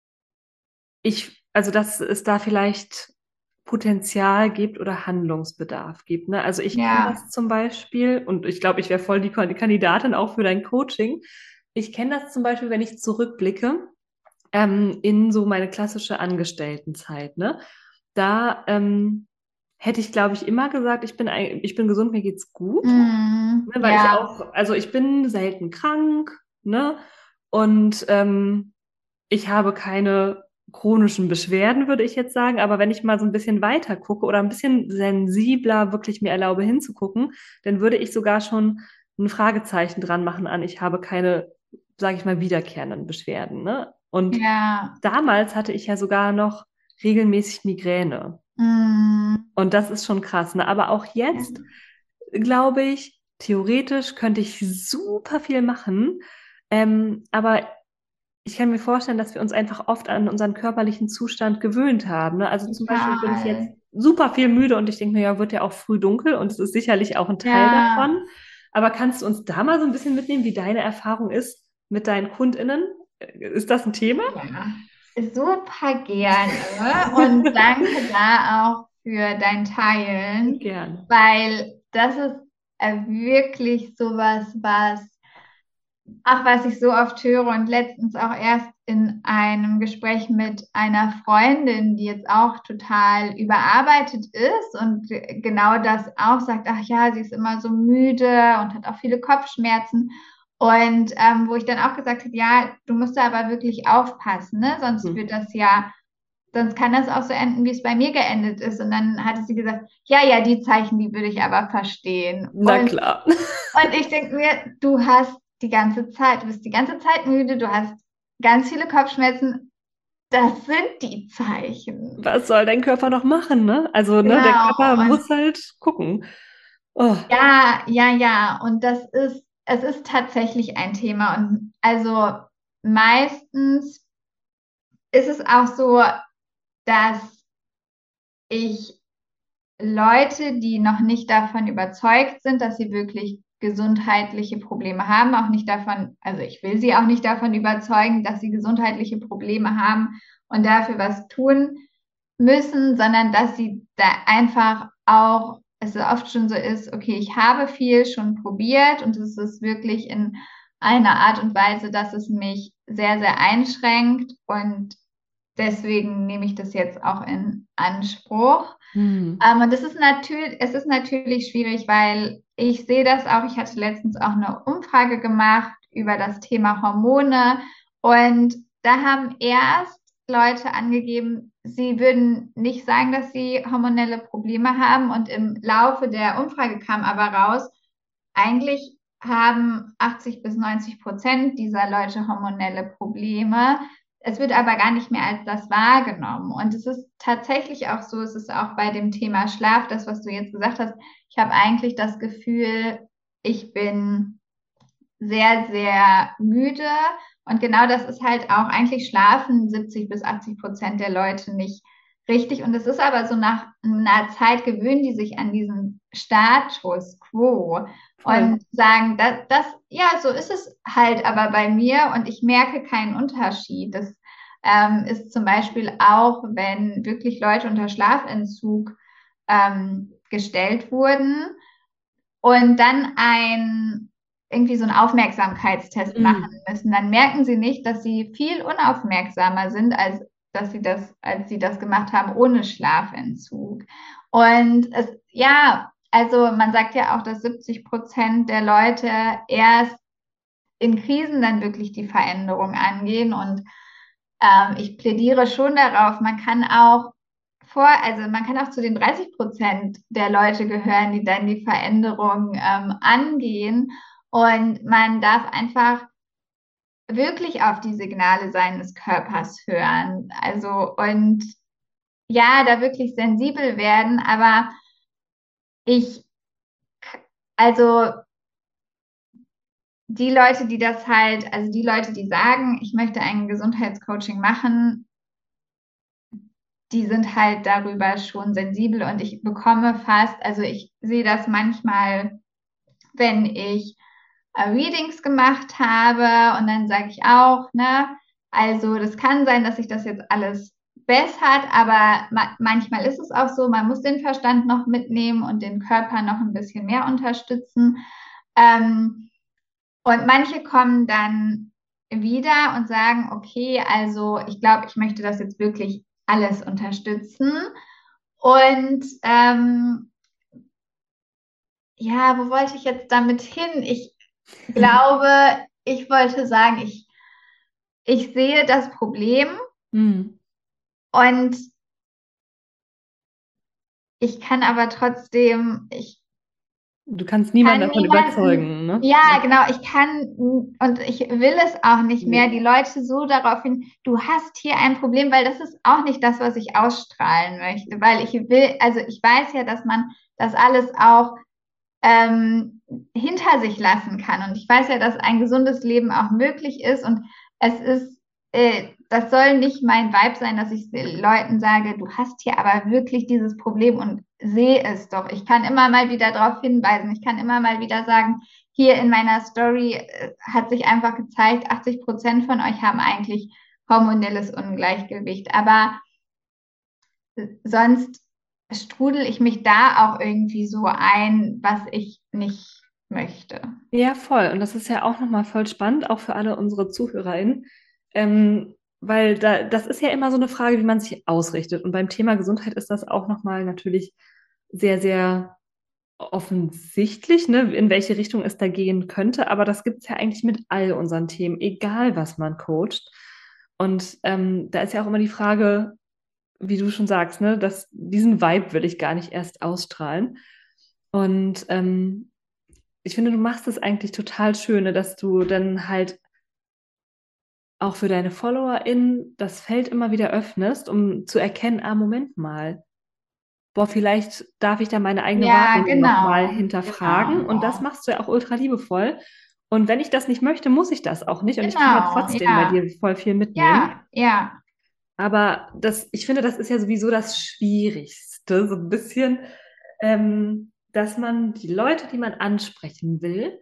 ich, also dass es da vielleicht Potenzial gibt oder Handlungsbedarf gibt. Ne? Also ich kenne
Ja.
das zum Beispiel und ich glaube, ich wäre voll die Kandidatin auch für dein Coaching. Ich kenne das zum Beispiel, wenn ich zurückblicke ähm, in so meine klassische Angestelltenzeit. Ne? Da ähm, hätte ich, glaube ich, immer gesagt, ich bin, ein, ich bin gesund, mir geht's gut.
Mm,
Ne? Weil ich
ja,
auch, also ich bin selten krank, ne? Und ähm, ich habe keine chronischen Beschwerden, würde ich jetzt sagen. Aber wenn ich mal so ein bisschen weiter gucke oder ein bisschen sensibler wirklich mir erlaube hinzugucken, dann würde ich sogar schon ein Fragezeichen dran machen an, ich habe keine, sage ich mal, wiederkehrenden Beschwerden. Ne? Und
ja,
damals hatte ich ja sogar noch regelmäßig Migräne.
mm,
Und das ist schon krass. Ne? Aber auch
ja,
jetzt, glaube ich, theoretisch könnte ich super viel machen. Ähm, aber ich kann mir vorstellen, dass wir uns einfach oft an unseren körperlichen Zustand gewöhnt haben. Ne? Also zum Beispiel bin ich jetzt
total.
super viel müde und ich denke mir, ja, wird ja auch früh dunkel und es ist sicherlich auch ein Teil
Ja,
davon. Aber kannst du uns da mal so ein bisschen mitnehmen, wie deine Erfahrung ist mit deinen KundInnen? Ist das ein Thema?
ja, super gerne und danke da auch für dein Teilen,
Gerne.
weil das ist äh, wirklich sowas, was ach, was ich so oft höre und letztens auch erst in einem Gespräch mit einer Freundin, die jetzt auch total überarbeitet ist und genau das auch sagt, ach ja, sie ist immer so müde und hat auch viele Kopfschmerzen. Und ähm, wo ich dann auch gesagt habe, ja, du musst da aber wirklich aufpassen, ne? Sonst
Hm.
wird das ja, sonst kann das auch so enden, wie es bei mir geendet ist. Und dann hatte sie gesagt, ja, ja, die Zeichen, die würde ich aber verstehen.
Na
Und
klar.
und ich denke mir, du hast die ganze Zeit, du bist die ganze Zeit müde, du hast ganz viele Kopfschmerzen. Das sind die Zeichen.
Was soll dein Körper noch machen, ne? Also, ne, der
Genau.
Körper
Und
muss halt gucken. Oh,
ja, ja, ja. Und das ist, es ist tatsächlich ein Thema. Und also meistens ist es auch so, dass ich Leute, die noch nicht davon überzeugt sind, dass sie wirklich gesundheitliche Probleme haben, auch nicht davon, also ich will sie auch nicht davon überzeugen, dass sie gesundheitliche Probleme haben und dafür was tun müssen, sondern dass sie da einfach auch, es oft schon so ist, okay, ich habe viel schon probiert und es ist wirklich in einer Art und Weise, dass es mich sehr, sehr einschränkt und deswegen nehme ich das jetzt auch in Anspruch.
hm.
Ähm, und das ist natürlich, es ist natürlich schwierig, weil ich sehe das auch. Ich hatte letztens auch eine Umfrage gemacht über das Thema Hormone und da haben erst Leute angegeben, sie würden nicht sagen, dass sie hormonelle Probleme haben und im Laufe der Umfrage kam aber raus, eigentlich haben achtzig bis neunzig Prozent dieser Leute hormonelle Probleme. Es wird aber gar nicht mehr als das wahrgenommen. Und es ist tatsächlich auch so, es ist auch bei dem Thema Schlaf, das, was du jetzt gesagt hast, ich habe eigentlich das Gefühl, ich bin sehr, sehr müde. Und genau das ist halt auch, eigentlich schlafen siebzig bis achtzig Prozent der Leute nicht richtig. Und es ist aber so, nach einer Zeit gewöhnen die sich an diesen Status quo
Voll.
und sagen, das, das, ja, so ist es halt aber bei mir und ich merke keinen Unterschied. Das ähm, ist zum Beispiel auch, wenn wirklich Leute unter Schlafentzug ähm, gestellt wurden und dann ein irgendwie so einen Aufmerksamkeitstest machen
Mm,
müssen, dann merken sie nicht, dass sie viel unaufmerksamer sind, als dass sie das, als sie das gemacht haben ohne Schlafentzug. Und es, ja, also man sagt ja auch, dass siebzig Prozent der Leute erst in Krisen dann wirklich die Veränderung angehen. Und ähm, ich plädiere schon darauf, man kann auch vor, also man kann auch zu den dreißig Prozent der Leute gehören, die dann die Veränderung ähm, angehen. Und man darf einfach wirklich auf die Signale seines Körpers hören. Also und ja, da wirklich sensibel werden. Aber ich, also die Leute, die das halt, also die Leute, die sagen, ich möchte ein Gesundheitscoaching machen, die sind halt darüber schon sensibel und ich bekomme fast, also ich sehe das manchmal, wenn ich äh, Readings gemacht habe und dann sage ich auch, ne, also das kann sein, dass sich das jetzt alles bessert, aber ma manchmal ist es auch so, man muss den Verstand noch mitnehmen und den Körper noch ein bisschen mehr unterstützen. Ähm, und manche kommen dann wieder und sagen, okay, also ich glaube, ich möchte das jetzt wirklich alles unterstützen. Und ähm, ja, wo wollte ich jetzt damit hin? Ich glaube, ich wollte sagen, ich, ich sehe das Problem
mm.
und ich kann aber trotzdem, ich
Du kannst niemanden
kann
davon
niemanden,
überzeugen, ne?
ja, genau, ich kann und ich will es auch nicht mehr, die
Nee.
Leute so darauf hin, du hast hier ein Problem, weil das ist auch nicht das, was ich ausstrahlen möchte, weil ich will, also ich weiß ja, dass man das alles auch ähm, hinter sich lassen kann. Und ich weiß ja, dass ein gesundes Leben auch möglich ist. Und es ist, äh, das soll nicht mein Vibe sein, dass ich Leuten sage, du hast hier aber wirklich dieses Problem und sehe es doch. Ich kann immer mal wieder darauf hinweisen. Ich kann immer mal wieder sagen, hier in meiner Story äh, hat sich einfach gezeigt, achtzig Prozent von euch haben eigentlich hormonelles Ungleichgewicht. Aber sonst strudel ich mich da auch irgendwie so ein, was ich nicht möchte.
Ja, voll. Und das ist ja auch nochmal voll spannend, auch für alle unsere ZuhörerInnen. Ähm, weil da, das ist ja immer so eine Frage, wie man sich ausrichtet. Und beim Thema Gesundheit ist das auch nochmal natürlich sehr, sehr offensichtlich, ne, in welche Richtung es da gehen könnte. Aber das gibt es ja eigentlich mit all unseren Themen, egal was man coacht. Und ähm, da ist ja auch immer die Frage, wie du schon sagst, ne, dass diesen Vibe will ich gar nicht erst ausstrahlen. Und ähm, ich finde, du machst es eigentlich total schön, ne, dass du dann halt auch für deine FollowerInnen das Feld immer wieder öffnest, um zu erkennen, ah, Moment mal, boah, vielleicht darf ich da meine eigene
Ja,
Wahrnehmung nochmal
genau,
hinterfragen.
genau,
Und das machst du ja auch ultra liebevoll. Und wenn ich das nicht möchte, muss ich das auch nicht. Und ich kann da
genau,
trotzdem bei
ja,
dir voll viel mitnehmen.
ja, ja,
Aber das, ich finde, das ist ja sowieso das Schwierigste, so ein bisschen, ähm, dass man die Leute, die man ansprechen will,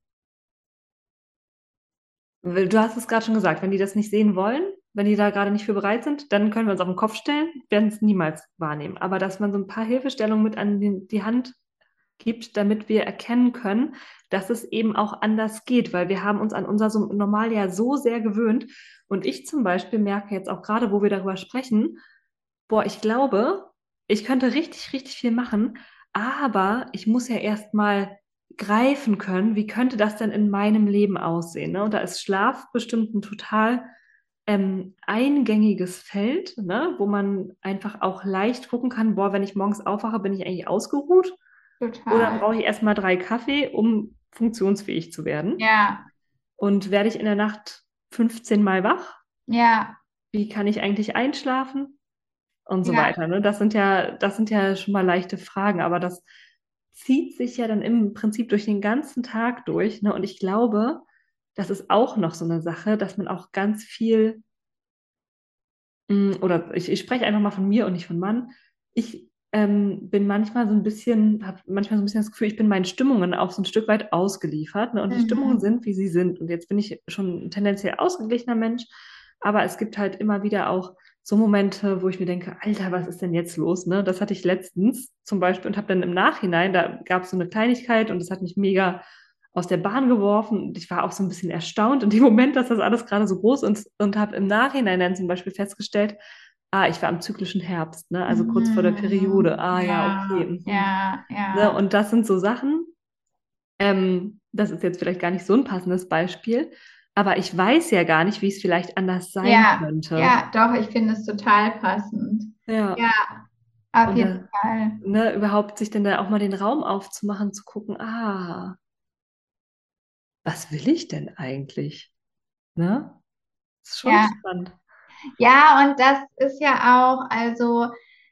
weil du hast es gerade schon gesagt, wenn die das nicht sehen wollen, wenn die da gerade nicht für bereit sind, dann können wir uns auf den Kopf stellen, werden es niemals wahrnehmen. Aber dass man so ein paar Hilfestellungen mit an die, die Hand gibt, damit wir erkennen können, dass es eben auch anders geht, weil wir haben uns an unser so Normaljahr so sehr gewöhnt. Und ich zum Beispiel merke jetzt auch gerade, wo wir darüber sprechen, boah, ich glaube, ich könnte richtig, richtig viel machen, aber ich muss ja erst mal greifen können, wie könnte das denn in meinem Leben aussehen, ne? Und da ist Schlaf bestimmt ein total ähm, eingängiges Feld, ne? Wo man einfach auch leicht gucken kann, boah, wenn ich morgens aufwache, bin ich eigentlich ausgeruht oder
total.
brauche ich erst mal drei Kaffee, um funktionsfähig zu werden?
Ja,
Und werde ich in der Nacht fünfzehn Mal wach?
ja,
Wie kann ich eigentlich einschlafen? Und so
ja.
weiter. Ne? Das sind ja, das sind ja schon mal leichte Fragen, aber das zieht sich ja dann im Prinzip durch den ganzen Tag durch. Ne? Und ich glaube, das ist auch noch so eine Sache, dass man auch ganz viel, mh, oder ich, ich spreche einfach mal von mir und nicht von Mann. Ich ähm, bin manchmal so ein bisschen, habe manchmal so ein bisschen das Gefühl, ich bin meinen Stimmungen auch so ein Stück weit ausgeliefert. Ne? Und die Stimmungen
Mhm.
sind, wie sie sind. Und jetzt bin ich schon ein tendenziell ausgeglichener Mensch, aber es gibt halt immer wieder auch so Momente, wo ich mir denke, Alter, was ist denn jetzt los? Ne? Das hatte ich letztens zum Beispiel und habe dann im Nachhinein, da gab es so eine Kleinigkeit und das hat mich mega aus der Bahn geworfen. Und ich war auch so ein bisschen erstaunt in dem Moment, dass das alles gerade so groß ist und habe im Nachhinein dann zum Beispiel festgestellt, ah, ich war im zyklischen Herbst, ne? Also kurz vor der Periode.
Mhm.
Ah, ja,
Ja,
okay. Mhm.
ja,
Ne?
ja.
Und das sind so Sachen, ähm, das ist jetzt vielleicht gar nicht so ein passendes Beispiel, aber ich weiß ja gar nicht, wie es vielleicht anders sein
Ja,
könnte.
ja, doch, ich finde es total passend. Ja,
Ja,
auf
und
jeden
da,
Fall.
ne, überhaupt sich dann da auch mal den Raum aufzumachen, zu gucken, ah, was will ich denn eigentlich? Ne? Das ist schon
Ja.
spannend.
Ja, und das ist ja auch, also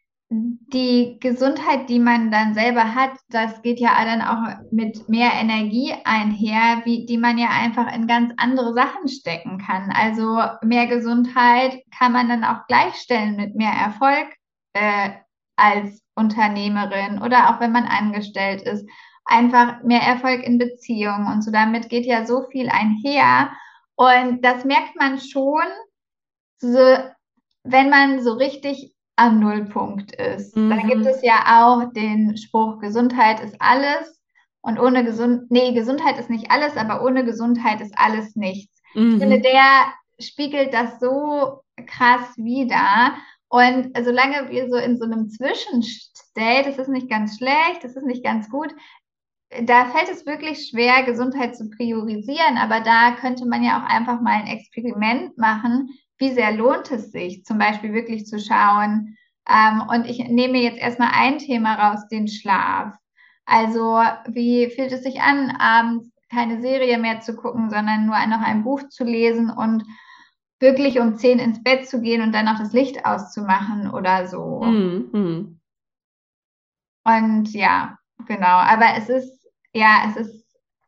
die Gesundheit, die man dann selber hat, das geht ja dann auch mit mehr Energie einher, wie, die man ja einfach in ganz andere Sachen stecken kann. Also mehr Gesundheit kann man dann auch gleichstellen mit mehr Erfolg äh, als Unternehmerin oder auch wenn man angestellt ist. Einfach mehr Erfolg in Beziehungen und so. Damit geht ja so viel einher. Und das merkt man schon, so, wenn man so richtig am Nullpunkt ist. Da gibt es
Mhm.
ja auch den Spruch, Gesundheit ist alles und ohne Gesund, nee, Gesundheit ist nicht alles, aber ohne Gesundheit ist alles nichts. Ich finde,
Mhm.
der spiegelt das so krass wider. Und solange wir so in so einem Zwischenstate, das ist nicht ganz schlecht, das ist nicht ganz gut, da fällt es wirklich schwer, Gesundheit zu priorisieren, aber da könnte man ja auch einfach mal ein Experiment machen. Wie sehr lohnt es sich, zum Beispiel wirklich zu schauen? Ähm, und ich nehme jetzt erstmal ein Thema raus, den Schlaf. Also, wie fühlt es sich an, abends keine Serie mehr zu gucken, sondern nur noch ein Buch zu lesen und wirklich um zehn ins Bett zu gehen und dann noch das Licht auszumachen oder so?
Mhm. Mhm.
Und ja, genau. Aber es ist, ja, es ist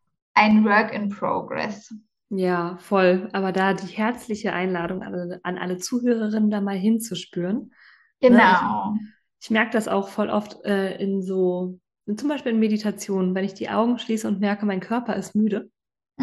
ein Work in Progress.
Ja, voll. Aber da die herzliche Einladung an alle, an alle Zuhörerinnen, da mal hinzuspüren. Ne? Ich,
Genau.
ich merke das auch voll oft äh, in so, zum Beispiel in Meditationen, wenn ich die Augen schließe und merke, mein Körper ist müde.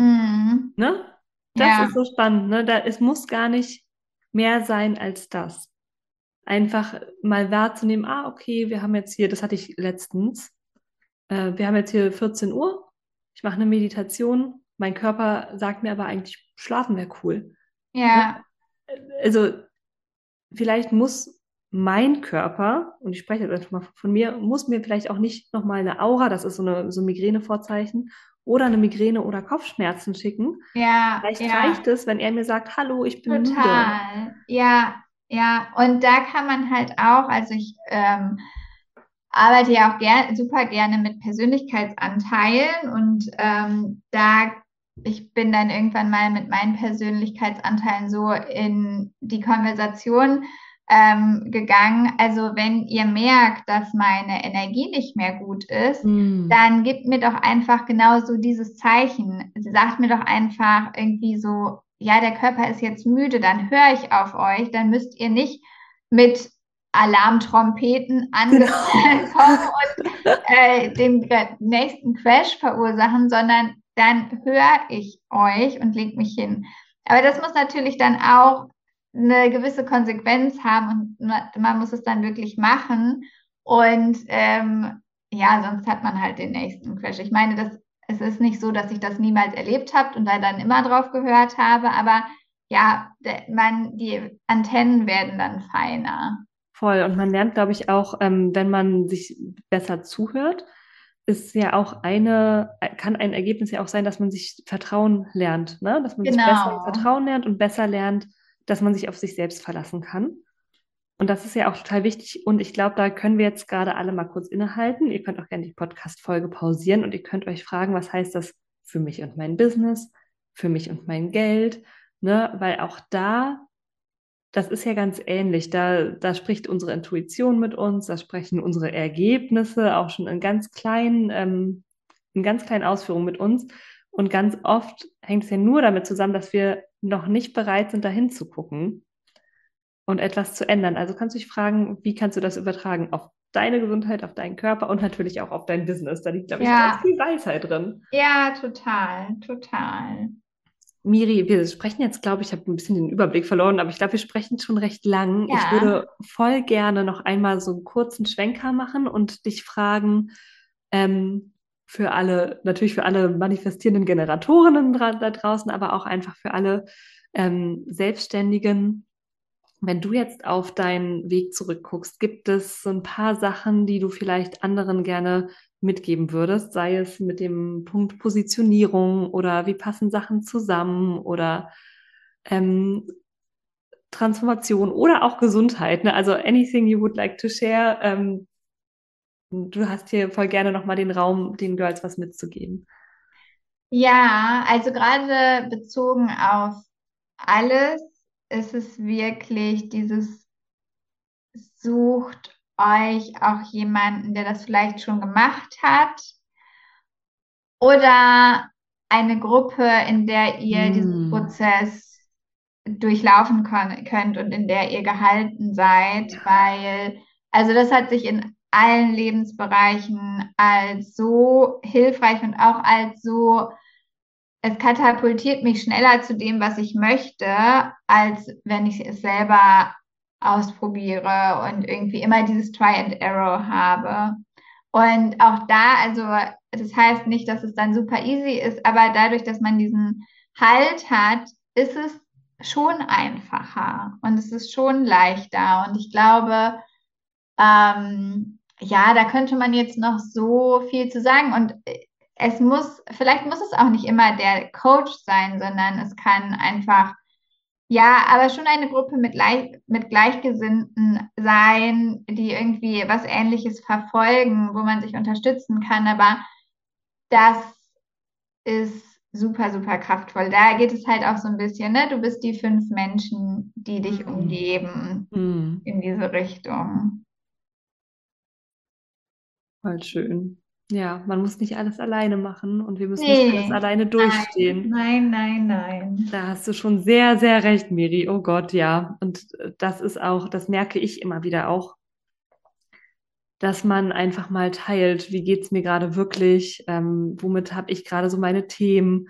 Mhm.
Ne? Das ist
Ja,
so spannend. Ne? Da, es muss gar nicht mehr sein als das. Einfach mal wahrzunehmen, ah, okay, wir haben jetzt hier, das hatte ich letztens, äh, wir haben jetzt hier vierzehn Uhr, ich mache eine Meditation, mein Körper sagt mir aber eigentlich, schlafen wäre cool. Ne?
ja,
Also vielleicht muss mein Körper, und ich spreche jetzt einfach mal von mir, muss mir vielleicht auch nicht nochmal eine Aura, das ist so, eine, so ein Migränevorzeichen, oder eine Migräne oder Kopfschmerzen schicken.
ja,
Vielleicht reicht
ja,
es, wenn er mir sagt, hallo, ich bin müde.
total. Ja, ja. Und da kann man halt auch, also ich ähm, arbeite ja auch ger super gerne mit Persönlichkeitsanteilen und ähm, da ich bin dann irgendwann mal mit meinen Persönlichkeitsanteilen so in die Konversation ähm, gegangen. Also wenn ihr merkt, dass meine Energie nicht mehr gut ist,
Hm.
dann gebt mir doch einfach genau so dieses Zeichen. Sagt mir doch einfach irgendwie so, ja, der Körper ist jetzt müde, dann höre ich auf euch, dann müsst ihr nicht mit Alarmtrompeten
Genau.
angekommen und äh, den nächsten Crash verursachen, sondern dann höre ich euch und leg mich hin. Aber das muss natürlich dann auch eine gewisse Konsequenz haben und man muss es dann wirklich machen. Und ähm, ja, sonst hat man halt den nächsten Crash. Ich meine, das, es ist nicht so, dass ich das niemals erlebt habe und da dann immer drauf gehört habe, aber ja, man, die Antennen werden dann feiner.
Voll. Und man lernt, glaube ich, auch, ähm, wenn man sich besser zuhört, ist ja auch eine, kann ein Ergebnis ja auch sein, dass man sich Vertrauen lernt, ne? Dass man sich besser
Genau.
vertrauen lernt und besser lernt, dass man sich auf sich selbst verlassen kann. Und das ist ja auch total wichtig. Und ich glaube, da können wir jetzt gerade alle mal kurz innehalten. Ihr könnt auch gerne die Podcast-Folge pausieren und ihr könnt euch fragen, was heißt das für mich und mein Business, für mich und mein Geld, ne? Weil auch da, das ist ja ganz ähnlich. Da, da spricht unsere Intuition mit uns, da sprechen unsere Ergebnisse auch schon in ganz kleinen, ähm, in ganz kleinen Ausführungen mit uns. Und ganz oft hängt es ja nur damit zusammen, dass wir noch nicht bereit sind, dahin zu gucken und etwas zu ändern. Also kannst du dich fragen, wie kannst du das übertragen auf deine Gesundheit, auf deinen Körper und natürlich auch auf dein Business? Da liegt, glaube ich, ganz
Ja,
viel Weisheit drin.
ja, total, total.
Miri, wir sprechen jetzt, glaube ich, ich habe ein bisschen den Überblick verloren, aber ich glaube, wir sprechen schon recht lang. Ich
Ja,
würde voll gerne noch einmal so einen kurzen Schwenker machen und dich fragen, ähm, für alle, natürlich für alle manifestierenden Generatorinnen dra da draußen, aber auch einfach für alle ähm, Selbstständigen. Wenn du jetzt auf deinen Weg zurückguckst, gibt es so ein paar Sachen, die du vielleicht anderen gerne mitgeben würdest, sei es mit dem Punkt Positionierung oder wie passen Sachen zusammen oder ähm, Transformation oder auch Gesundheit, ne? Also anything you would like to share. Ähm, du hast hier voll gerne nochmal den Raum, den Girls was mitzugeben.
ja, also gerade bezogen auf alles ist es wirklich dieses, sucht euch auch jemanden, der das vielleicht schon gemacht hat oder eine Gruppe, in der ihr diesen
Hm.
Prozess durchlaufen kon- könnt und in der ihr gehalten seid,
Ja.
weil, also das hat sich in allen Lebensbereichen als so hilfreich und auch als so, es katapultiert mich schneller zu dem, was ich möchte, als wenn ich es selber ausprobiere und irgendwie immer dieses Try and Error habe. Und auch da, also das heißt nicht, dass es dann super easy ist, aber dadurch, dass man diesen Halt hat, ist es schon einfacher und es ist schon leichter. Und ich glaube, ähm, ja, da könnte man jetzt noch so viel zu sagen. Und es muss, vielleicht muss es auch nicht immer der Coach sein, sondern es kann einfach, ja, aber schon eine Gruppe mit, gleich, mit Gleichgesinnten sein, die irgendwie was Ähnliches verfolgen, wo man sich unterstützen kann. Aber das ist super, super kraftvoll. Da geht es halt auch so ein bisschen, ne? Du bist die fünf Menschen, die dich
Hm.
umgeben
Hm.
in diese Richtung.
Voll schön. Ja, man muss nicht alles alleine machen und wir müssen nicht alles
Nee,
alleine
nein,
durchstehen.
nein, nein, nein.
Da hast du schon sehr, sehr recht, Miri. Oh Gott, ja. Und äh, das ist auch, das merke ich immer wieder auch, dass man einfach mal teilt, wie geht es mir gerade wirklich, ähm, womit habe ich gerade so meine Themen.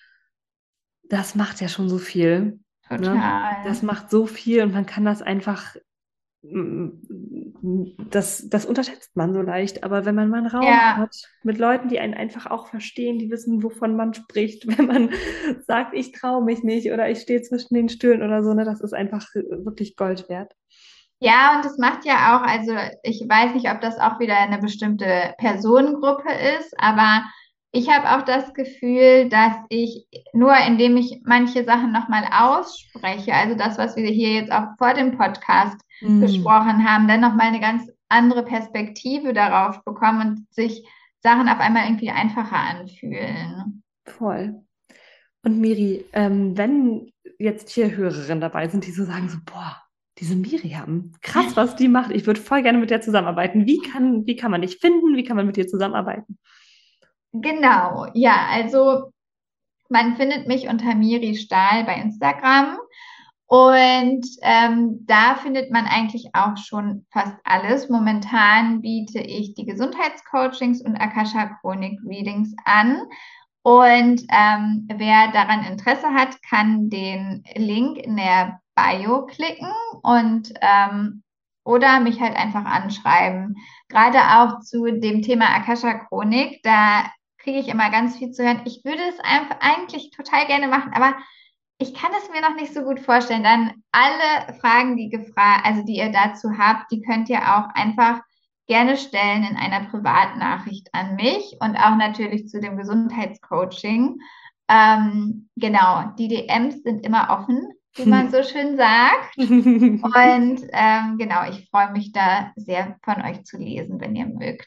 Das macht ja schon so viel, ne? Das
Total.
macht so viel und man kann das einfach, mm, das, das unterschätzt man so leicht. Aber wenn man mal einen Raum
Ja,
hat mit Leuten, die einen einfach auch verstehen, die wissen, wovon man spricht, wenn man sagt, ich traue mich nicht oder ich stehe zwischen den Stühlen oder so, ne, das ist einfach wirklich Gold wert.
ja, und das macht ja auch, also ich weiß nicht, ob das auch wieder eine bestimmte Personengruppe ist, aber ich habe auch das Gefühl, dass ich nur indem ich manche Sachen nochmal ausspreche, also das, was wir hier jetzt auch vor dem Podcast
Mm,
besprochen haben, dann nochmal eine ganz andere Perspektive darauf bekommen und sich Sachen auf einmal irgendwie einfacher anfühlen.
voll. Und Miri, ähm, wenn jetzt hier Hörerinnen dabei sind, die so sagen so, boah, diese Miriam, krass, was die macht. Ich würde voll gerne mit der zusammenarbeiten. Wie kann, wie kann man dich finden? Wie kann man mit dir zusammenarbeiten?
Genau, ja, also man findet mich unter Miri Stahl bei Instagram. Und ähm, da findet man eigentlich auch schon fast alles. Momentan biete ich die Gesundheitscoachings und Akasha Chronik Readings an. Und ähm, wer daran Interesse hat, kann den Link in der Bio klicken und ähm, oder mich halt einfach anschreiben. Gerade auch zu dem Thema Akasha Chronik, da kriege ich immer ganz viel zu hören. Ich würde es einfach eigentlich total gerne machen, aber ich kann es mir noch nicht so gut vorstellen. Dann alle Fragen, die gefragt, also die ihr dazu habt, die könnt ihr auch einfach gerne stellen in einer Privatnachricht an mich und auch natürlich zu dem Gesundheitscoaching. Ähm, genau, die D Ms sind immer offen, wie man so schön sagt. Und ähm, genau, ich freue mich da sehr von euch zu lesen, wenn ihr mögt.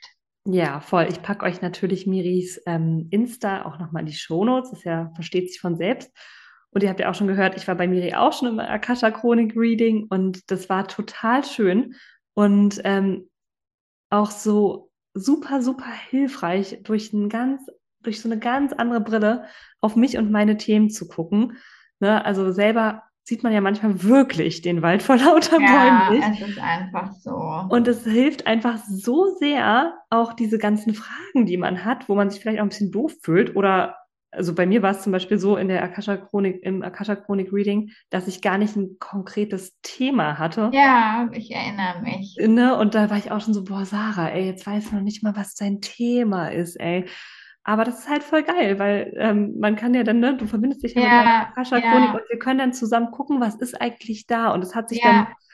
Ja, voll. Ich packe euch natürlich Miris ähm, Insta auch nochmal in die Shownotes. Das ja, versteht sich von selbst. Und ihr habt ja auch schon gehört, ich war bei Miri auch schon im Akasha-Chronik-Reading und das war total schön und ähm, auch so super, super hilfreich, durch ein ganz, durch so eine ganz andere Brille auf mich und meine Themen zu gucken. Ne? Also selber sieht man ja manchmal wirklich den Wald vor lauter Bäumen
Ja,
nicht.
es ist einfach so.
Und es hilft einfach so sehr, auch diese ganzen Fragen, die man hat, wo man sich vielleicht auch ein bisschen doof fühlt. Oder, also bei mir war es zum Beispiel so in der Akasha-Chronik, im Akasha-Chronik-Reading, dass ich gar nicht ein konkretes Thema hatte.
Ja, ich erinnere mich.
Ne? Und da war ich auch schon so, boah, Sarah, ey, jetzt weiß ich noch nicht mal, was dein Thema ist, ey. Aber das ist halt voll geil, weil ähm, man kann ja dann, ne, du verbindest dich ja mit meiner
Ja,
Akasha-Chronik und
ja,
wir können dann zusammen gucken, was ist eigentlich da. Und es hat sich dann
ja,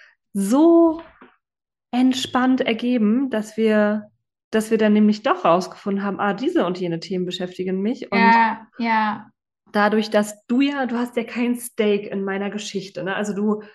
so entspannt ergeben, dass wir, dass wir dann nämlich doch rausgefunden haben, ah, diese und jene Themen beschäftigen mich. Und
ja, ja,
dadurch, dass du ja, du hast ja kein Stake in meiner Geschichte, ne? Also du,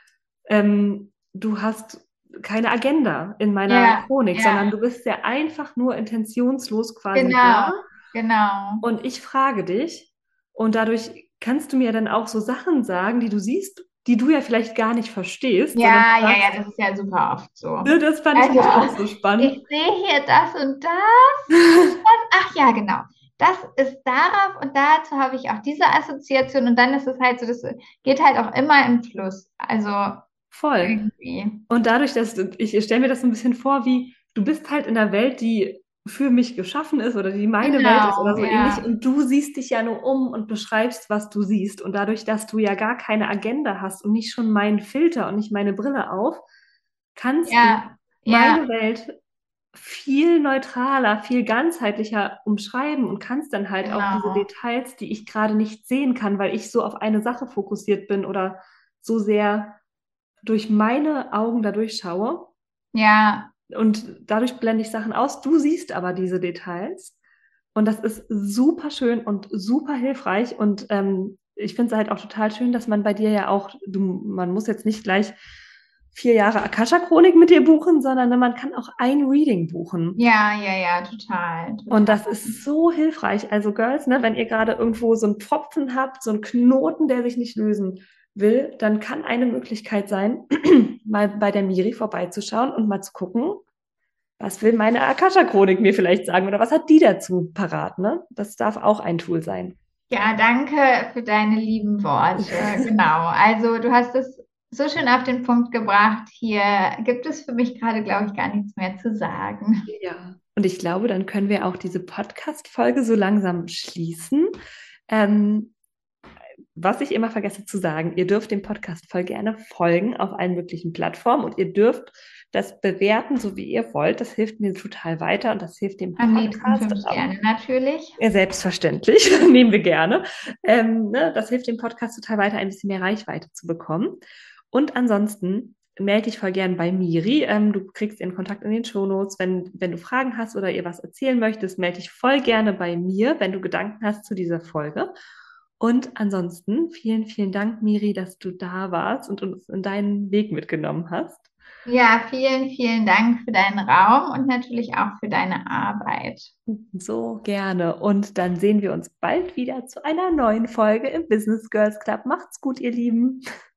ähm, du hast keine Agenda in meiner
ja,
Chronik, sondern
ja,
du bist ja einfach nur intentionslos quasi da.
genau, genau.
Und ich frage dich, und dadurch kannst du mir dann auch so Sachen sagen, die du siehst, die du ja vielleicht gar nicht verstehst, sondern
Ja,
du
ja,
sagst,
ja, das ist ja super oft so.
ne, das fand ich
Also,
nämlich auch so spannend.
ich sehe hier das und das und das. Ach ja, genau. Das ist darauf und dazu habe ich auch diese Assoziation und dann ist es halt so, das geht halt auch immer im Fluss. Also
Voll.
irgendwie.
Und dadurch, dass du, ich stelle mir das so ein bisschen vor, wie du bist halt in einer Welt, die für mich geschaffen ist oder die meine Welt ist oder
Genau,
so ähnlich
ja.
und du siehst dich ja nur um und beschreibst, was du siehst. Und dadurch, dass du ja gar keine Agenda hast und nicht schon meinen Filter und nicht meine Brille auf, kannst du
Ja, ja,
meine Welt viel neutraler, viel ganzheitlicher umschreiben und kannst dann halt auch diese
genau.
Details, die ich gerade nicht sehen kann, weil ich so auf eine Sache fokussiert bin oder so sehr durch meine Augen da durchschaue
Ja,
und dadurch blende ich Sachen aus. Du siehst aber diese Details und das ist super schön und super hilfreich und ähm, ich finde es halt auch total schön, dass man bei dir ja auch, du, man muss jetzt nicht gleich vier Jahre Akasha-Chronik mit dir buchen, sondern ne, man kann auch ein Reading buchen.
ja, ja, ja, total,
Und
total.
das ist so hilfreich. Also Girls, ne, wenn ihr gerade irgendwo so einen Pfropfen habt, so einen Knoten, der sich nicht lösen will, dann kann eine Möglichkeit sein, mal bei der Miri vorbeizuschauen und mal zu gucken, was will meine Akasha-Chronik mir vielleicht sagen oder was hat die dazu parat, ne? Das darf auch ein Tool sein.
Ja, danke für deine lieben Worte. Genau. Also du hast es so schön auf den Punkt gebracht. Hier gibt es für mich gerade, glaube ich, gar nichts mehr zu sagen.
Ja. Und ich glaube, dann können wir auch diese Podcast-Folge so langsam schließen. Ähm, was ich immer vergesse zu sagen, ihr dürft dem Podcast voll gerne folgen auf allen möglichen Plattformen und ihr dürft das bewerten, so wie ihr wollt. Das hilft mir total weiter und das hilft dem
Am liebsten
Podcast
fünf Sterne natürlich.
ja, selbstverständlich, nehmen wir gerne. Ähm, ne, das hilft dem Podcast total weiter, ein bisschen mehr Reichweite zu bekommen. Und ansonsten melde dich voll gern bei Miri. Ähm, du kriegst ihren Kontakt in den Shownotes. Wenn, wenn du Fragen hast oder ihr was erzählen möchtest, melde dich voll gerne bei mir, wenn du Gedanken hast zu dieser Folge. Und ansonsten vielen, vielen Dank, Miri, dass du da warst und uns in deinen Weg mitgenommen hast.
Ja, vielen, vielen Dank für deinen Raum und natürlich auch für deine Arbeit.
So gerne. Und dann sehen wir uns bald wieder zu einer neuen Folge im Business Girls Club. Macht's gut, ihr Lieben.